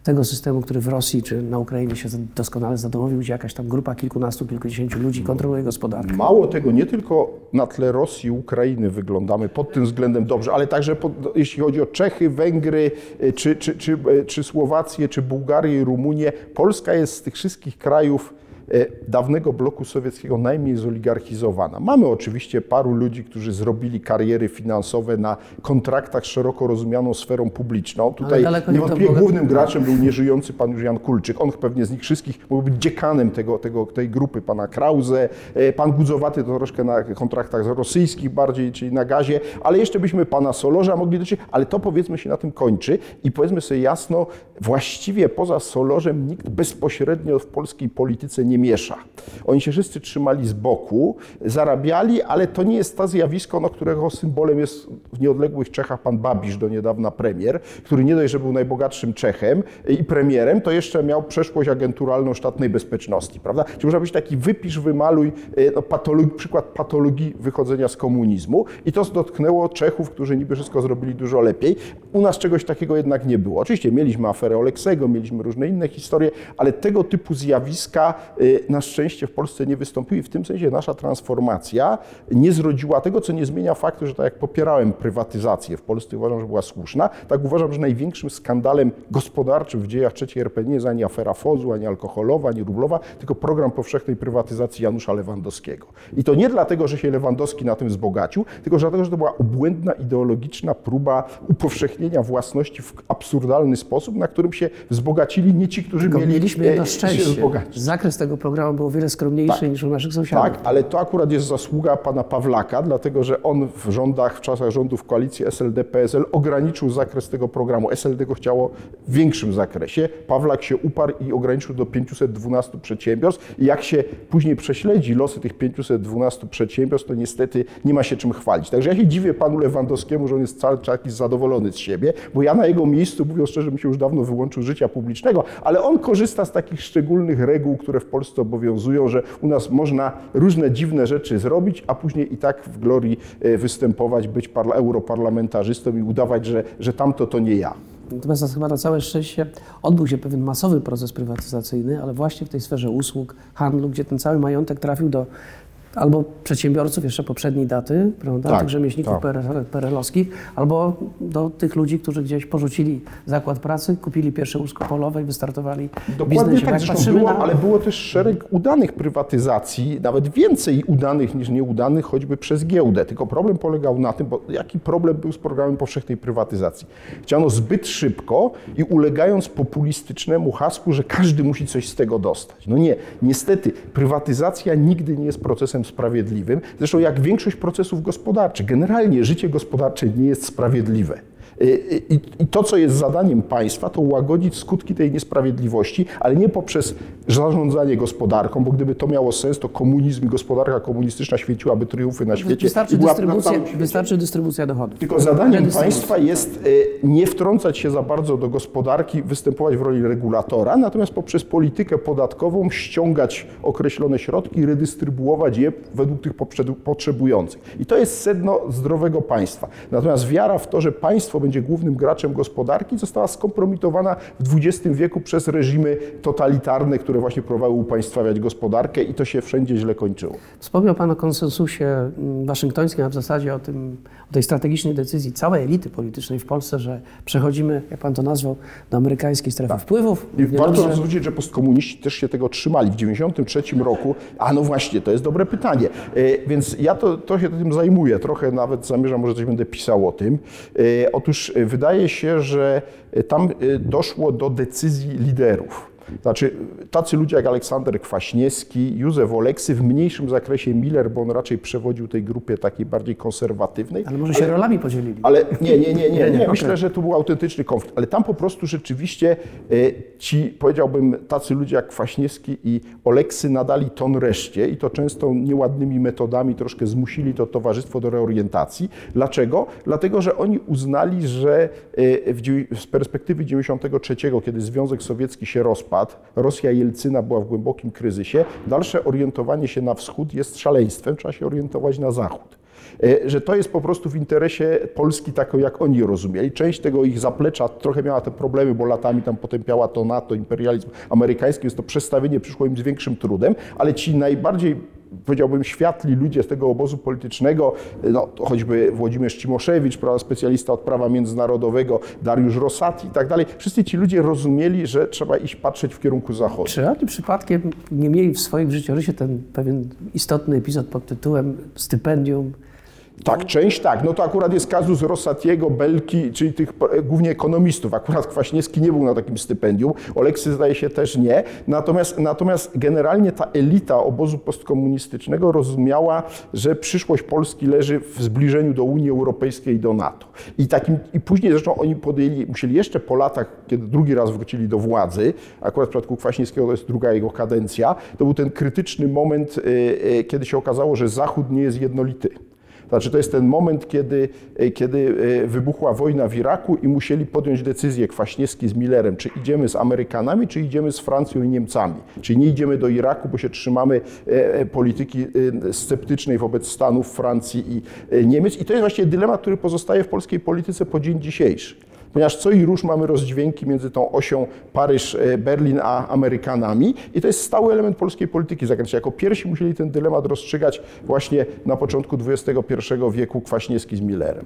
tego systemu, który w Rosji czy na Ukrainie się doskonale zadomowił, gdzie jakaś tam grupa kilkunastu, kilkudziesięciu ludzi kontroluje gospodarkę. Mało tego, nie tylko na tle Rosji i Ukrainy wyglądamy pod tym względem dobrze, ale także pod, jeśli chodzi o Czechy, Węgry, czy, czy, czy, czy Słowację, czy Bułgarię i Rumunię. Polska jest z tych wszystkich krajów dawnego bloku sowieckiego najmniej zoligarchizowana. Mamy oczywiście paru ludzi, którzy zrobili kariery finansowe na kontraktach z szeroko rozumianą sferą publiczną. Tutaj niewątpliwie głównym graczem był nieżyjący pan już Jan Kulczyk. On pewnie z nich wszystkich mógł być dziekanem tego, tego, tej grupy, pana Krause. Pan Gudzowaty to troszkę na kontraktach rosyjskich bardziej, czyli na gazie, ale jeszcze byśmy pana Solorza mogli dotrzeć, ale to powiedzmy się na tym kończy i powiedzmy sobie jasno, właściwie poza Solorzem nikt bezpośrednio w polskiej polityce nie miesza. Oni się wszyscy trzymali z boku, zarabiali, ale to nie jest to zjawisko, no, którego symbolem jest w nieodległych Czechach pan Babiš, do niedawna premier, który nie dość, że był najbogatszym Czechem i premierem, to jeszcze miał przeszłość agenturalną sztatnej bezpieczności, prawda? Czyli można być taki wypisz, wymaluj no, patolog, przykład patologii wychodzenia z komunizmu i to dotknęło Czechów, którzy niby wszystko zrobili dużo lepiej. U nas czegoś takiego jednak nie było. Oczywiście mieliśmy aferę Oleksego, mieliśmy różne inne historie, ale tego typu zjawiska na szczęście w Polsce nie wystąpiły. W tym sensie nasza transformacja nie zrodziła tego, co nie zmienia faktu, że tak jak popierałem prywatyzację w Polsce, uważam, że była słuszna, tak uważam, że największym skandalem gospodarczym w dziejach trzeciej R P nie jest ani afera F O Z-u, ani alkoholowa, ani rublowa, tylko program powszechnej prywatyzacji Janusza Lewandowskiego. I to nie dlatego, że się Lewandowski na tym wzbogacił, tylko dlatego, że to była obłędna, ideologiczna próba upowszechnienia własności w absurdalny sposób, na którym się wzbogacili nie ci, którzy tylko mieli mieliśmy jedno szczęście. się wzbogacić. Zakres tego programu był o wiele skromniejszy tak. niż u naszych sąsiadów. Tak, ale to akurat jest zasługa pana Pawlaka, dlatego że on w rządach, w czasach rządów koalicji S L D P S L ograniczył zakres tego programu. S L D go chciało w większym zakresie. Pawlak się uparł i ograniczył do pięciuset dwunastu przedsiębiorstw. I jak się później prześledzi losy tych pięciuset dwunastu przedsiębiorstw, to niestety nie ma się czym chwalić. Także ja się dziwię panu Lewandowskiemu, że on jest cały czas zadowolony z siebie, bo ja na jego miejscu, mówiąc szczerze, bym się już dawno wyłączył z życia publicznego, ale on korzysta z takich szczególnych reguł, które w Polsce obowiązują, że u nas można różne dziwne rzeczy zrobić, a później i tak w glorii występować, być europarlamentarzystą i udawać, że, że tamto to nie ja. Natomiast chyba na całe szczęście odbył się pewien masowy proces prywatyzacyjny, ale właśnie w tej sferze usług, handlu, gdzie ten cały majątek trafił do albo przedsiębiorców jeszcze poprzedniej daty, prawda, tak, tych rzemieślników tak. P R L-owskich, albo do tych ludzi, którzy gdzieś porzucili zakład pracy, kupili pierwsze łóżko polowe i wystartowali w biznesie. Tak, zresztą było, na... ale było też szereg udanych prywatyzacji, nawet więcej udanych niż nieudanych, choćby przez giełdę. Tylko problem polegał na tym, bo jaki problem był z programem powszechnej prywatyzacji? Chciano zbyt szybko i ulegając populistycznemu hasłu, że każdy musi coś z tego dostać. No nie, niestety prywatyzacja nigdy nie jest procesem sprawiedliwym. Zresztą jak większość procesów gospodarczych. Generalnie życie gospodarcze nie jest sprawiedliwe. I, I to, co jest zadaniem państwa, to łagodzić skutki tej niesprawiedliwości, ale nie poprzez zarządzanie gospodarką, bo gdyby to miało sens, to komunizm i gospodarka komunistyczna świeciłaby triumfy na świecie. Wystarczy, dystrybucja, wystarczy dystrybucja dochodów. Tylko zadaniem państwa jest nie wtrącać się za bardzo do gospodarki, występować w roli regulatora, natomiast poprzez politykę podatkową ściągać określone środki i redystrybuować je według tych potrzebujących. I to jest sedno zdrowego państwa. Natomiast wiara w to, że państwo będzie głównym graczem gospodarki, została skompromitowana w dwudziestym wieku przez reżimy totalitarne, które właśnie próbowały upaństwawiać gospodarkę i to się wszędzie źle kończyło. Wspomniał Pan o konsensusie waszyngtońskim, a w zasadzie o, tym, o tej strategicznej decyzji całej elity politycznej w Polsce, że przechodzimy, jak Pan to nazwał, do amerykańskiej strefy tak. wpływów. I warto dobrze... zwrócić, że postkomuniści też się tego trzymali. W dziewięćdziesiątym trzecim roku, a no właśnie, to jest dobre pytanie, e, więc ja to, to się tym zajmuję, trochę nawet zamierzam, może coś będę pisał o tym. E, otóż wydaje się, że tam doszło do decyzji liderów. Znaczy, tacy ludzie jak Aleksander Kwaśniewski, Józef Oleksy, w mniejszym zakresie Miller, bo on raczej przewodził tej grupie takiej bardziej konserwatywnej. Ale może się ale, rolami podzielili. Ale nie, nie, nie, nie, nie. Myślę, że tu był autentyczny konflikt. Ale tam po prostu rzeczywiście ci, powiedziałbym, tacy ludzie jak Kwaśniewski i Oleksy nadali ton reszcie i to często nieładnymi metodami troszkę zmusili to towarzystwo do reorientacji. Dlaczego? Dlatego, że oni uznali, że z perspektywy dziewięćdziesiątego trzeciego, kiedy Związek Sowiecki się rozpadł, Rosja Jelcyna była w głębokim kryzysie, dalsze orientowanie się na wschód jest szaleństwem, trzeba się orientować na zachód. Że to jest po prostu w interesie Polski taką, jak oni rozumieli. Część tego ich zaplecza trochę miała te problemy, bo latami tam potępiała to NATO, imperializm amerykański, więc to przestawienie przyszło im z większym trudem, ale ci najbardziej, powiedziałbym, światli ludzie z tego obozu politycznego, no, choćby Włodzimierz Cimoszewicz, prawda, specjalista od prawa międzynarodowego, Dariusz Rosati i tak dalej, wszyscy ci ludzie rozumieli, że trzeba iść patrzeć w kierunku zachodu. Czy oni przypadkiem nie mieli w swoim życiorysie ten pewien istotny epizod pod tytułem stypendium? Tak, część tak. No to akurat jest kazus Rosatiego, Belki, czyli tych głównie ekonomistów. Akurat Kwaśniewski nie był na takim stypendium, Oleksy zdaje się też nie. Natomiast, natomiast generalnie ta elita obozu postkomunistycznego rozumiała, że przyszłość Polski leży w zbliżeniu do Unii Europejskiej i do NATO. I, takim, i później zresztą oni podjęli, musieli jeszcze po latach, kiedy drugi raz wrócili do władzy, akurat w przypadku Kwaśniewskiego to jest druga jego kadencja, to był ten krytyczny moment, kiedy się okazało, że Zachód nie jest jednolity. Znaczy to jest ten moment, kiedy, kiedy wybuchła wojna w Iraku i musieli podjąć decyzję Kwaśniewski z Millerem, czy idziemy z Amerykanami, czy idziemy z Francją i Niemcami. Czyli nie idziemy do Iraku, bo się trzymamy polityki sceptycznej wobec Stanów, Francji i Niemiec. I to jest właśnie dylemat, który pozostaje w polskiej polityce po dzień dzisiejszy. Ponieważ co i róż mamy rozdźwięki między tą osią Paryż-Berlin a Amerykanami i to jest stały element polskiej polityki zagranicznej. Jako pierwsi musieli ten dylemat rozstrzygać właśnie na początku dwudziestego pierwszego wieku Kwaśniewski z Millerem.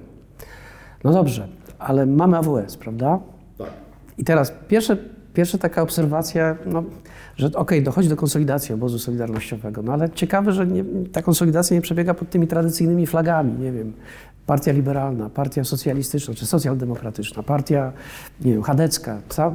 No dobrze, ale mamy A W S, prawda? Tak. I teraz pierwsze, pierwsza taka obserwacja, no, że okej, okay, dochodzi do konsolidacji obozu solidarnościowego, no ale ciekawe, że nie, ta konsolidacja nie przebiega pod tymi tradycyjnymi flagami, nie wiem, Partia Liberalna, Partia Socjalistyczna czy Socjaldemokratyczna, Partia, nie wiem, chadecka.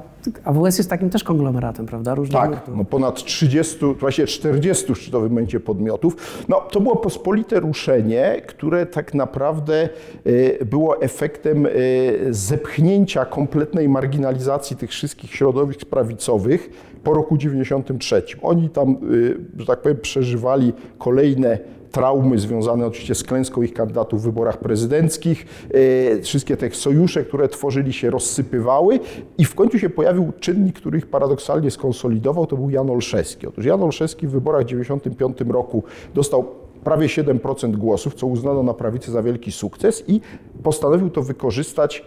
A W S jest takim też konglomeratem, prawda? Różnych tak, no ponad trzydziestu, właściwie czterdziestu w szczytowym momencie podmiotów. No to było pospolite ruszenie, które tak naprawdę było efektem zepchnięcia kompletnej marginalizacji tych wszystkich środowisk prawicowych po roku dziewięćdziesiątym trzecim. Oni tam, że tak powiem, przeżywali kolejne traumy związane oczywiście z klęską ich kandydatów w wyborach prezydenckich. Wszystkie te sojusze, które tworzyli, się rozsypywały i w końcu się pojawił czynnik, który ich paradoksalnie skonsolidował, to był Jan Olszewski. Otóż Jan Olszewski w wyborach w dziewięćdziesiątym piątym roku dostał prawie siedem procent głosów, co uznano na prawicy za wielki sukces i postanowił to wykorzystać,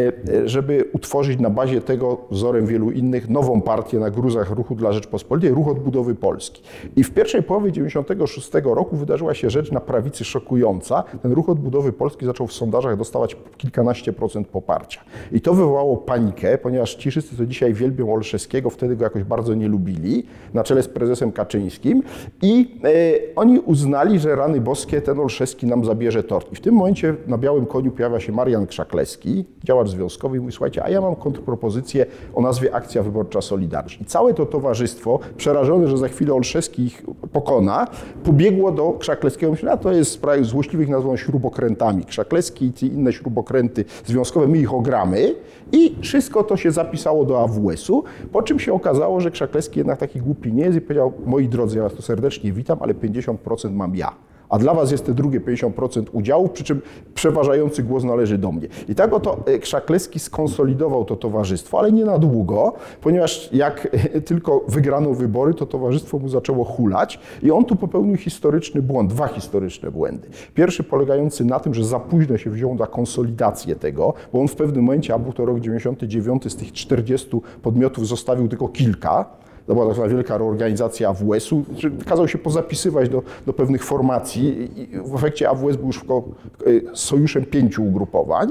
żeby utworzyć na bazie tego, wzorem wielu innych, nową partię na gruzach Ruchu dla Rzeczpospolitej, Ruch Odbudowy Polski. I w pierwszej połowie dziewięćdziesiątego szóstego roku wydarzyła się rzecz na prawicy szokująca. Ten Ruch Odbudowy Polski zaczął w sondażach dostawać kilkanaście procent poparcia. I to wywołało panikę, ponieważ ci wszyscy, co dzisiaj wielbią Olszewskiego, wtedy go jakoś bardzo nie lubili, na czele z prezesem Kaczyńskim i e, oni uznali, że rany boskie, ten Olszewski nam zabierze tort. I w tym momencie na białym koniu pojawia się Marian Krzaklewski, działacz związkowy i mówi, słuchajcie, a ja mam kontrpropozycję o nazwie Akcja Wyborcza Solidarność. I całe to towarzystwo, przerażone, że za chwilę Olszewski ich pokona, pobiegło do Krzaklewskiego. Myślę, a to jest sprawa, złośliwych nazwą śrubokrętami. Krzaklewski i ci inne śrubokręty związkowe, my ich ogramy i wszystko to się zapisało do A W S-u, po czym się okazało, że Krzaklewski jednak taki głupi nie jest i powiedział, moi drodzy, ja was tu serdecznie witam, ale pięćdziesiąt procent mam ja. A dla was jest te drugie pięćdziesiąt procent udziału, przy czym przeważający głos należy do mnie. I tak oto Krzaklewski skonsolidował to towarzystwo, ale nie na długo, ponieważ jak tylko wygrano wybory, to towarzystwo mu zaczęło hulać i on tu popełnił historyczny błąd, dwa historyczne błędy. Pierwszy polegający na tym, że za późno się wziął na konsolidację tego, bo on w pewnym momencie, a był to rok dziewięćdziesiąty dziewiąty, z tych czterdziestu podmiotów zostawił tylko kilka. To była taka wielka reorganizacja A W S-u, kazał się pozapisywać do, do pewnych formacji i w efekcie A W S był już sojuszem pięciu ugrupowań,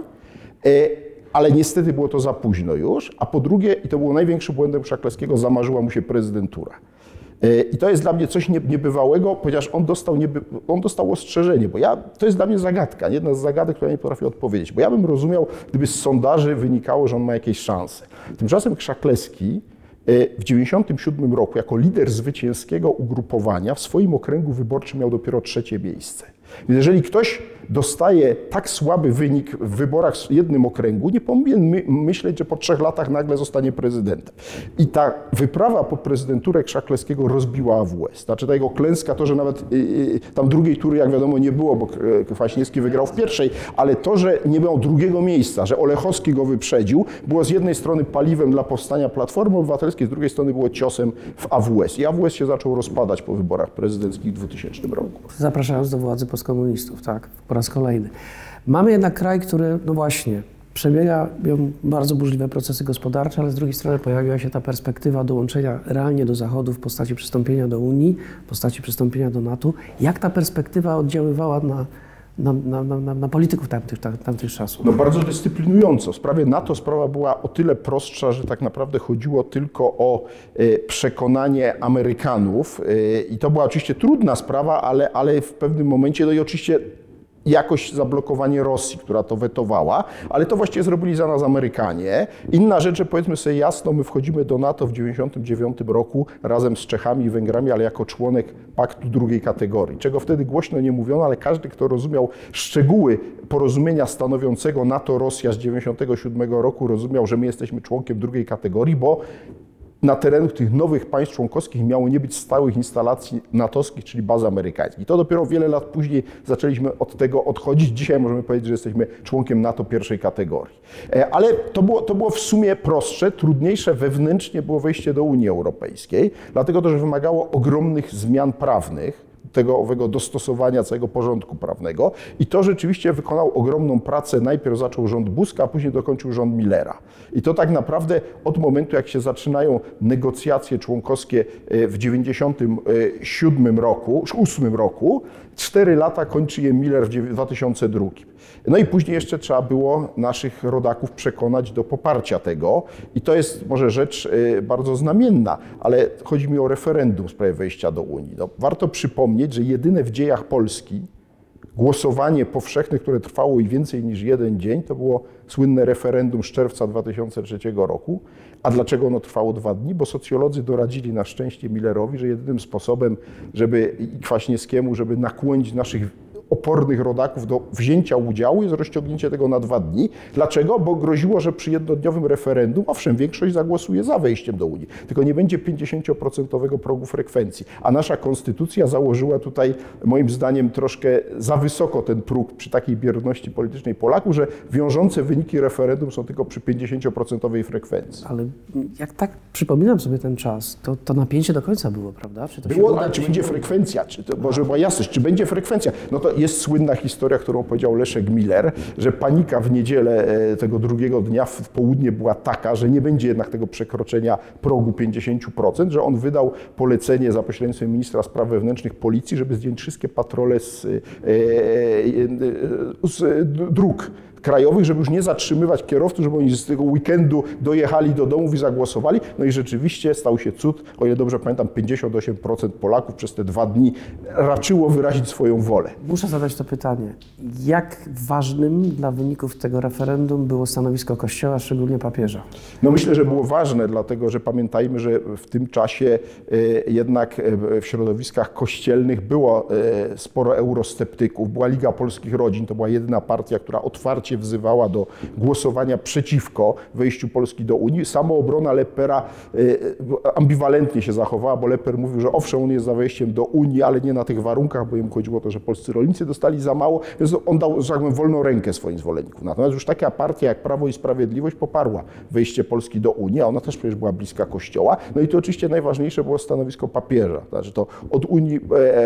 ale niestety było to za późno już, a po drugie, i to było największym błędem Krzaklewskiego, zamarzyła mu się prezydentura. I to jest dla mnie coś niebywałego, ponieważ on dostał, nieby, on dostał ostrzeżenie, bo ja, to jest dla mnie zagadka, jedna z zagadek, która nie potrafię odpowiedzieć, bo ja bym rozumiał, gdyby z sondaży wynikało, że on ma jakieś szanse. Tymczasem Krzaklewski w dziewięćdziesiątym siódmym roku jako lider zwycięskiego ugrupowania w swoim okręgu wyborczym miał dopiero trzecie miejsce. Więc jeżeli ktoś dostaje tak słaby wynik w wyborach w jednym okręgu, nie powinien my, myśleć, że po trzech latach nagle zostanie prezydentem. I ta wyprawa po prezydenturę Krzaklewskiego rozbiła A W S. Znaczy ta jego klęska, to, że nawet yy, tam drugiej tury, jak wiadomo, nie było, bo Kwaśniewski wygrał w pierwszej, ale to, że nie miał drugiego miejsca, że Olechowski go wyprzedził, było z jednej strony paliwem dla powstania Platformy Obywatelskiej, z drugiej strony było ciosem w A W S. I A W S się zaczął rozpadać po wyborach prezydenckich w dwutysięcznym roku. Zapraszając do władzy postkomunistów, tak, po raz kolejny. Mamy jednak kraj, który, no właśnie, przebiega bardzo burzliwe procesy gospodarcze, ale z drugiej strony pojawiła się ta perspektywa dołączenia realnie do Zachodu w postaci przystąpienia do Unii, w postaci przystąpienia do NATO. Jak ta perspektywa oddziaływała na, na, na, na, na polityków tamtych, tamtych czasów? No bardzo dyscyplinująco. W sprawie NATO sprawa była o tyle prostsza, że tak naprawdę chodziło tylko o e, przekonanie Amerykanów e, i to była oczywiście trudna sprawa, ale, ale w pewnym momencie, no i oczywiście jakoś zablokowanie Rosji, która to wetowała, ale to właściwie zrobili za nas Amerykanie. Inna rzecz, że powiedzmy sobie jasno, my wchodzimy do NATO w dziewięćdziesiątym dziewiątym roku razem z Czechami i Węgrami, ale jako członek paktu drugiej kategorii, czego wtedy głośno nie mówiono, ale każdy, kto rozumiał szczegóły porozumienia stanowiącego NATO-Rosja z dziewięćdziesiątego siódmego roku, rozumiał, że my jesteśmy członkiem drugiej kategorii, bo na terenach tych nowych państw członkowskich miało nie być stałych instalacji natowskich, czyli baz amerykańskich. To dopiero wiele lat później zaczęliśmy od tego odchodzić. Dzisiaj możemy powiedzieć, że jesteśmy członkiem NATO pierwszej kategorii. Ale to było, to było w sumie prostsze, trudniejsze wewnętrznie było wejście do Unii Europejskiej, dlatego to, że wymagało ogromnych zmian prawnych, tego owego dostosowania całego porządku prawnego i to rzeczywiście wykonał ogromną pracę. Najpierw zaczął rząd Buzka, a później dokończył rząd Millera. I to tak naprawdę od momentu, jak się zaczynają negocjacje członkowskie w dziewięćdziesiątym siódmym roku, ósmym roku, cztery lata kończy je Miller w dwa tysiące drugim. No i później jeszcze trzeba było naszych rodaków przekonać do poparcia tego i to jest może rzecz bardzo znamienna, ale chodzi mi o referendum w sprawie wejścia do Unii. No, warto przypomnieć, że jedyne w dziejach Polski głosowanie powszechne, które trwało i więcej niż jeden dzień, to było słynne referendum z czerwca dwa tysiące trzeciego roku. A dlaczego ono trwało dwa dni? Bo socjolodzy doradzili na szczęście Millerowi, że jedynym sposobem, żeby i Kwaśniewskiemu, żeby nakłonić naszych opornych rodaków do wzięcia udziału jest rozciągnięcie tego na dwa dni. Dlaczego? Bo groziło, że przy jednodniowym referendum, owszem, większość zagłosuje za wejściem do Unii, tylko nie będzie pięćdziesięcioprocentowego progu frekwencji. A nasza konstytucja założyła tutaj, moim zdaniem, troszkę za wysoko ten próg przy takiej bierności politycznej Polaków, że wiążące wyniki referendum są tylko przy pięćdziesięcioprocentowej frekwencji. Ale jak tak przypominam sobie ten czas, to, to napięcie do końca było, prawda? Czy to było, się ale czy będzie frekwencja? Czy to, może była jasność, czy będzie frekwencja? No to jest słynna historia, którą powiedział Leszek Miller, że panika w niedzielę tego drugiego dnia w południe była taka, że nie będzie jednak tego przekroczenia progu pięćdziesiąt procent, że on wydał polecenie za pośrednictwem ministra spraw wewnętrznych policji, żeby zdjąć wszystkie patrole z, e, e, z dróg krajowych, żeby już nie zatrzymywać kierowców, żeby oni z tego weekendu dojechali do domów i zagłosowali. No i rzeczywiście stał się cud. O ile dobrze pamiętam, pięćdziesiąt osiem procent Polaków przez te dwa dni raczyło wyrazić swoją wolę. Muszę zadać to pytanie. Jak ważnym dla wyników tego referendum było stanowisko Kościoła, szczególnie papieża? No myślę, że było ważne, dlatego że pamiętajmy, że w tym czasie jednak w środowiskach kościelnych było sporo eurosceptyków. Była Liga Polskich Rodzin, to była jedyna partia, która otwarcie wzywała do głosowania przeciwko wejściu Polski do Unii. Samoobrona Lepera ambiwalentnie się zachowała, bo Leper mówił, że owszem, on jest za wejściem do Unii, ale nie na tych warunkach, bo jemu chodziło o to, że polscy rolnicy dostali za mało, więc on dał, że tak powiem, wolną rękę swoim zwolenników. Natomiast już taka partia jak Prawo i Sprawiedliwość poparła wejście Polski do Unii, a ona też przecież była bliska Kościoła. No i to oczywiście najważniejsze było stanowisko papieża. Znaczy to od Unii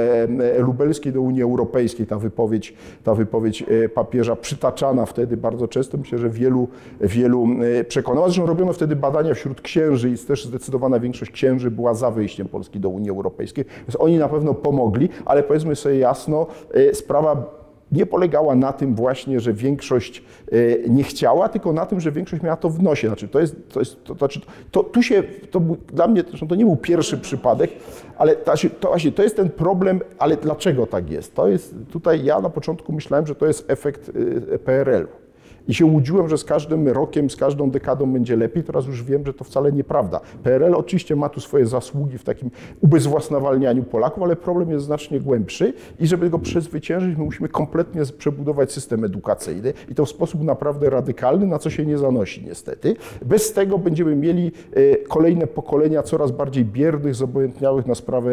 e, lubelskiej do Unii Europejskiej ta wypowiedź, ta wypowiedź papieża przytaczana wtedy bardzo często, myślę, że wielu, wielu przekonała. Zresztą robiono wtedy badania wśród księży i też zdecydowana większość księży była za wejściem Polski do Unii Europejskiej, więc oni na pewno pomogli, ale powiedzmy sobie jasno, sprawa nie polegała na tym właśnie, że większość nie chciała, tylko na tym, że większość miała to w nosie. Znaczy, to jest, to jest, to, to, to, tu się, to był, dla mnie to nie był pierwszy przypadek, ale to, to właśnie to jest ten problem, ale dlaczego tak jest? To jest tutaj, ja na początku myślałem, że to jest efekt P R L u. I się łudziłem, że z każdym rokiem, z każdą dekadą będzie lepiej. Teraz już wiem, że to wcale nieprawda. P R L oczywiście ma tu swoje zasługi w takim ubezwłasnowalnianiu Polaków, ale problem jest znacznie głębszy i żeby go przezwyciężyć, my musimy kompletnie przebudować system edukacyjny i to w sposób naprawdę radykalny, na co się nie zanosi niestety. Bez tego będziemy mieli kolejne pokolenia coraz bardziej biernych, zobojętniałych na sprawy,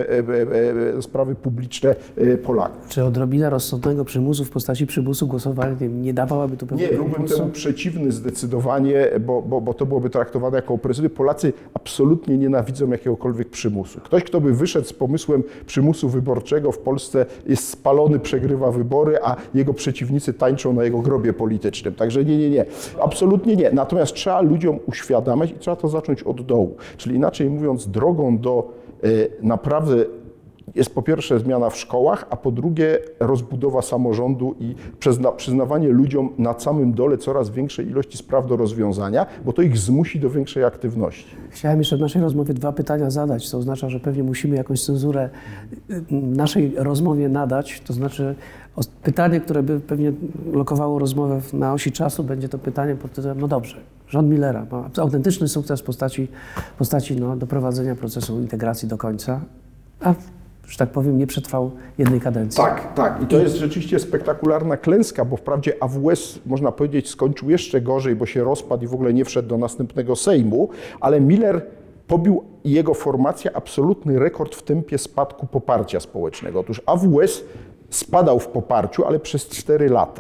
sprawy publiczne Polaków. Czy odrobina rozsądnego przymusu w postaci przymusu głosowania nie dawałaby tu pewnego... Nie, byłby byłem temu przeciwny zdecydowanie, bo, bo, bo to byłoby traktowane jako opresywne. Polacy absolutnie nienawidzą jakiegokolwiek przymusu. Ktoś, kto by wyszedł z pomysłem przymusu wyborczego w Polsce, jest spalony, przegrywa wybory, a jego przeciwnicy tańczą na jego grobie politycznym. Także nie, nie, nie. Absolutnie nie. Natomiast trzeba ludziom uświadamiać i trzeba to zacząć od dołu. Czyli inaczej mówiąc, drogą do y, naprawdę jest po pierwsze zmiana w szkołach, a po drugie rozbudowa samorządu i przyzna, przyznawanie ludziom na samym dole coraz większej ilości spraw do rozwiązania, bo to ich zmusi do większej aktywności. Chciałem jeszcze w naszej rozmowie dwa pytania zadać, co oznacza, że pewnie musimy jakąś cenzurę naszej rozmowie nadać. To znaczy pytanie, które by pewnie lokowało rozmowę na osi czasu, będzie to pytanie pod tytułem, no dobrze, rząd Millera ma autentyczny sukces w postaci, w postaci no, doprowadzenia procesu integracji do końca, a że tak powiem, nie przetrwał jednej kadencji. Tak, tak. I to jest rzeczywiście spektakularna klęska, bo wprawdzie A W S, można powiedzieć, skończył jeszcze gorzej, bo się rozpadł i w ogóle nie wszedł do następnego Sejmu, ale Miller pobił i jego formacja absolutny rekord w tempie spadku poparcia społecznego. Otóż A W S spadał w poparciu, ale przez cztery lata.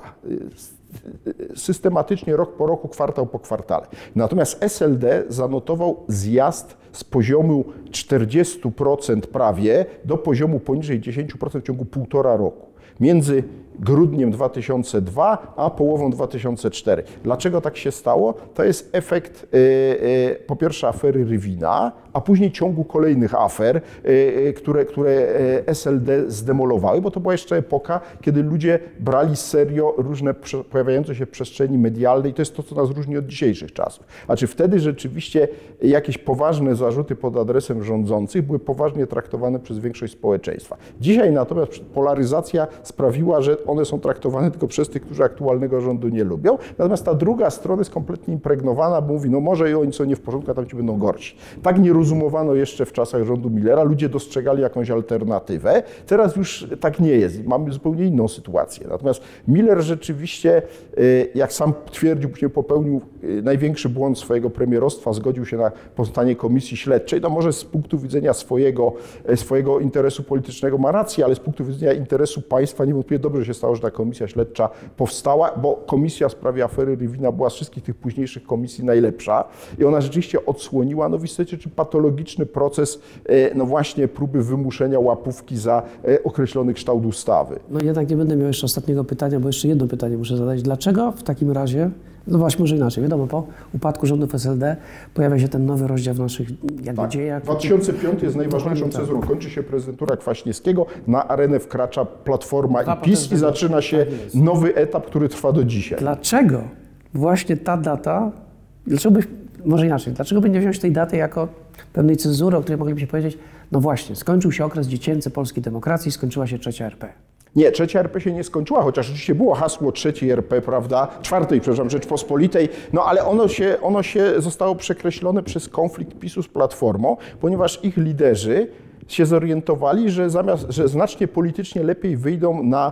Systematycznie, rok po roku, kwartał po kwartale. Natomiast S L D zanotował zjazd z poziomu czterdziestu procent prawie do poziomu poniżej dziesięciu procent w ciągu półtora roku. Między grudniem dwa tysiące drugiego a połową dwa tysiące czwartego. Dlaczego tak się stało? To jest efekt y, y, po pierwsze afery Rywina, a później ciągu kolejnych afer, y, które, które S L D zdemolowały, bo to była jeszcze epoka, kiedy ludzie brali serio różne prze, pojawiające się w przestrzeni medialnej. To jest to, co nas różni od dzisiejszych czasów. Znaczy wtedy rzeczywiście jakieś poważne zarzuty pod adresem rządzących były poważnie traktowane przez większość społeczeństwa. Dzisiaj natomiast polaryzacja sprawiła, że one są traktowane tylko przez tych, którzy aktualnego rządu nie lubią. Natomiast ta druga strona jest kompletnie impregnowana, bo mówi, no może i oni są nie w porządku, a tam ci będą gorsi. Tak nie rozumowano jeszcze w czasach rządu Millera. Ludzie dostrzegali jakąś alternatywę. Teraz już tak nie jest. Mamy zupełnie inną sytuację. Natomiast Miller rzeczywiście, jak sam twierdził, później popełnił największy błąd swojego premierostwa, zgodził się na powstanie komisji śledczej. No może z punktu widzenia swojego, swojego interesu politycznego ma rację, ale z punktu widzenia interesu państwa niewątpliwie dobrze się stało, że ta komisja śledcza powstała, bo komisja w sprawie afery Rywina była z wszystkich tych późniejszych komisji najlepsza i ona rzeczywiście odsłoniła, no w istocie, czy patologiczny proces, no właśnie próby wymuszenia łapówki za określony kształt ustawy. No jednak nie będę miał jeszcze ostatniego pytania, bo jeszcze jedno pytanie muszę zadać. Dlaczego w takim razie, no właśnie może inaczej, wiadomo, po upadku rządów S L D pojawia się ten nowy rozdział w naszych jakby tak. dziejach. dwa tysiące piąty jest najważniejszą cezurą. Kończy się prezydentura Kwaśniewskiego, na arenę wkracza Platforma i PiS i zaczyna się nowy etap, który trwa do dzisiaj. Dlaczego właśnie ta data, dlaczego byś, może inaczej, dlaczego by nie wziąć tej daty jako pewnej cenzury, o której moglibyśmy powiedzieć, no właśnie, skończył się okres dziecięcy polskiej demokracji, skończyła się trzecia R P. Nie, trzecia R P się nie skończyła, chociaż oczywiście było hasło trzeciej R P, prawda, czwartej, przepraszam, Rzeczpospolitej, no ale ono się, ono się zostało przekreślone przez konflikt PiSu z Platformą, ponieważ ich liderzy się zorientowali, że zamiast, że znacznie politycznie lepiej wyjdą na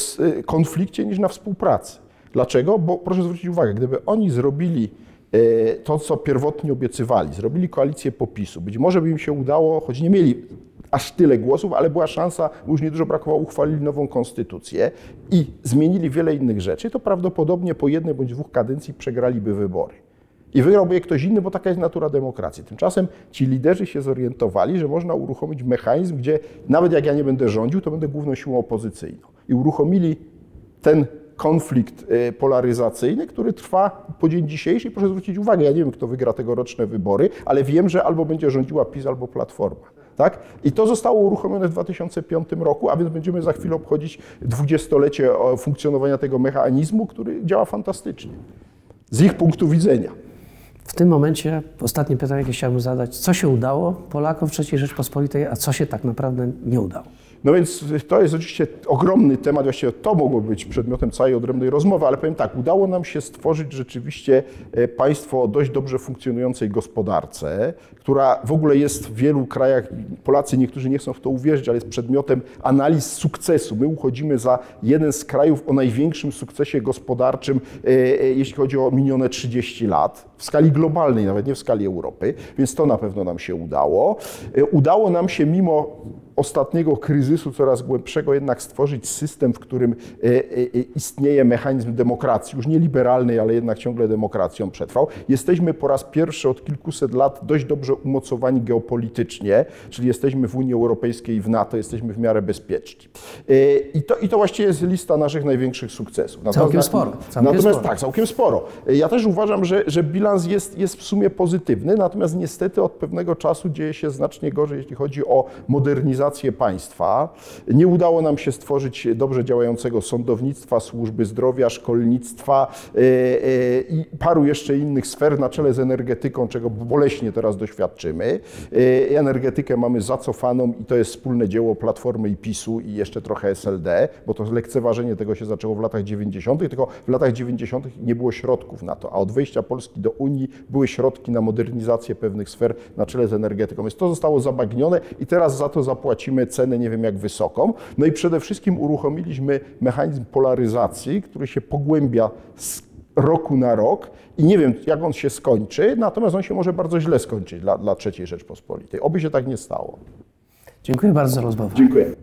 w konflikcie niż na współpracy. Dlaczego? Bo proszę zwrócić uwagę, gdyby oni zrobili to, co pierwotnie obiecywali, zrobili koalicję po PiSu, być może by im się udało, choć nie mieli aż tyle głosów, ale była szansa, bo już niedużo brakowało, uchwalili nową konstytucję i zmienili wiele innych rzeczy, to prawdopodobnie po jednej bądź dwóch kadencji przegraliby wybory. I wygrałby je ktoś inny, bo taka jest natura demokracji. Tymczasem ci liderzy się zorientowali, że można uruchomić mechanizm, gdzie nawet jak ja nie będę rządził, to będę główną siłą opozycyjną. I uruchomili ten konflikt polaryzacyjny, który trwa po dzień dzisiejszy. I proszę zwrócić uwagę, ja nie wiem, kto wygra tegoroczne wybory, ale wiem, że albo będzie rządziła PiS, albo Platforma. Tak? I to zostało uruchomione w dwa tysiące piątym roku, a więc będziemy za chwilę obchodzić dwudziestolecie funkcjonowania tego mechanizmu, który działa fantastycznie z ich punktu widzenia. W tym momencie ostatnie pytanie, jakie chciałbym zadać. Co się udało Polakom w trzeciej Rzeczpospolitej, a co się tak naprawdę nie udało? No więc to jest oczywiście ogromny temat, właściwie to mogło być przedmiotem całej odrębnej rozmowy, ale powiem tak, udało nam się stworzyć rzeczywiście państwo o dość dobrze funkcjonującej gospodarce, która w ogóle jest w wielu krajach, Polacy niektórzy nie chcą w to uwierzyć, ale jest przedmiotem analiz sukcesu. My uchodzimy za jeden z krajów o największym sukcesie gospodarczym, jeśli chodzi o minione trzydzieści lat, w skali globalnej, nawet nie w skali Europy, więc to na pewno nam się udało. Udało nam się mimo ostatniego kryzysu, coraz głębszego, jednak stworzyć system, w którym e, e, istnieje mechanizm demokracji, już nie liberalnej, ale jednak ciągle demokracją przetrwał. Jesteśmy po raz pierwszy od kilkuset lat dość dobrze umocowani geopolitycznie, czyli jesteśmy w Unii Europejskiej i w NATO, jesteśmy w miarę bezpieczni. E, I to, i to właściwie jest lista naszych największych sukcesów. Natomiast, całkiem sporo. Całkiem natomiast sporo. tak, całkiem sporo. Ja też uważam, że, że bilans jest, jest w sumie pozytywny, natomiast niestety od pewnego czasu dzieje się znacznie gorzej, jeśli chodzi o modernizację państwa. Nie udało nam się stworzyć dobrze działającego sądownictwa, służby zdrowia, szkolnictwa yy, yy, i paru jeszcze innych sfer, na czele z energetyką, czego boleśnie teraz doświadczymy. Yy, energetykę mamy zacofaną i to jest wspólne dzieło Platformy i PiSu i jeszcze trochę S L D, bo to lekceważenie tego się zaczęło w latach dziewięćdziesiątych, tylko w latach dziewięćdziesiątych nie było środków na to, a od wejścia Polski do Unii były środki na modernizację pewnych sfer na czele z energetyką. Więc to zostało zabagnione i teraz za to zapłacimy cenę nie wiem jak wysoką. No i przede wszystkim uruchomiliśmy mechanizm polaryzacji, który się pogłębia z roku na rok i nie wiem jak on się skończy, natomiast on się może bardzo źle skończyć dla, dla trzeciej Rzeczpospolitej. Oby się tak nie stało. Dziękuję bardzo za rozmowę. Dziękuję.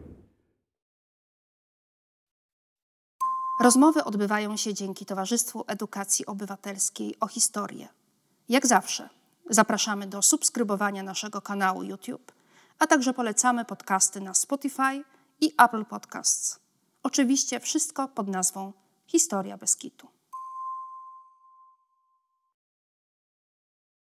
Rozmowy odbywają się dzięki Towarzystwu Edukacji Obywatelskiej o Historię. Jak zawsze zapraszamy do subskrybowania naszego kanału YouTube, a także polecamy podcasty na Spotify i Apple Podcasts. Oczywiście wszystko pod nazwą Historia Beskidu.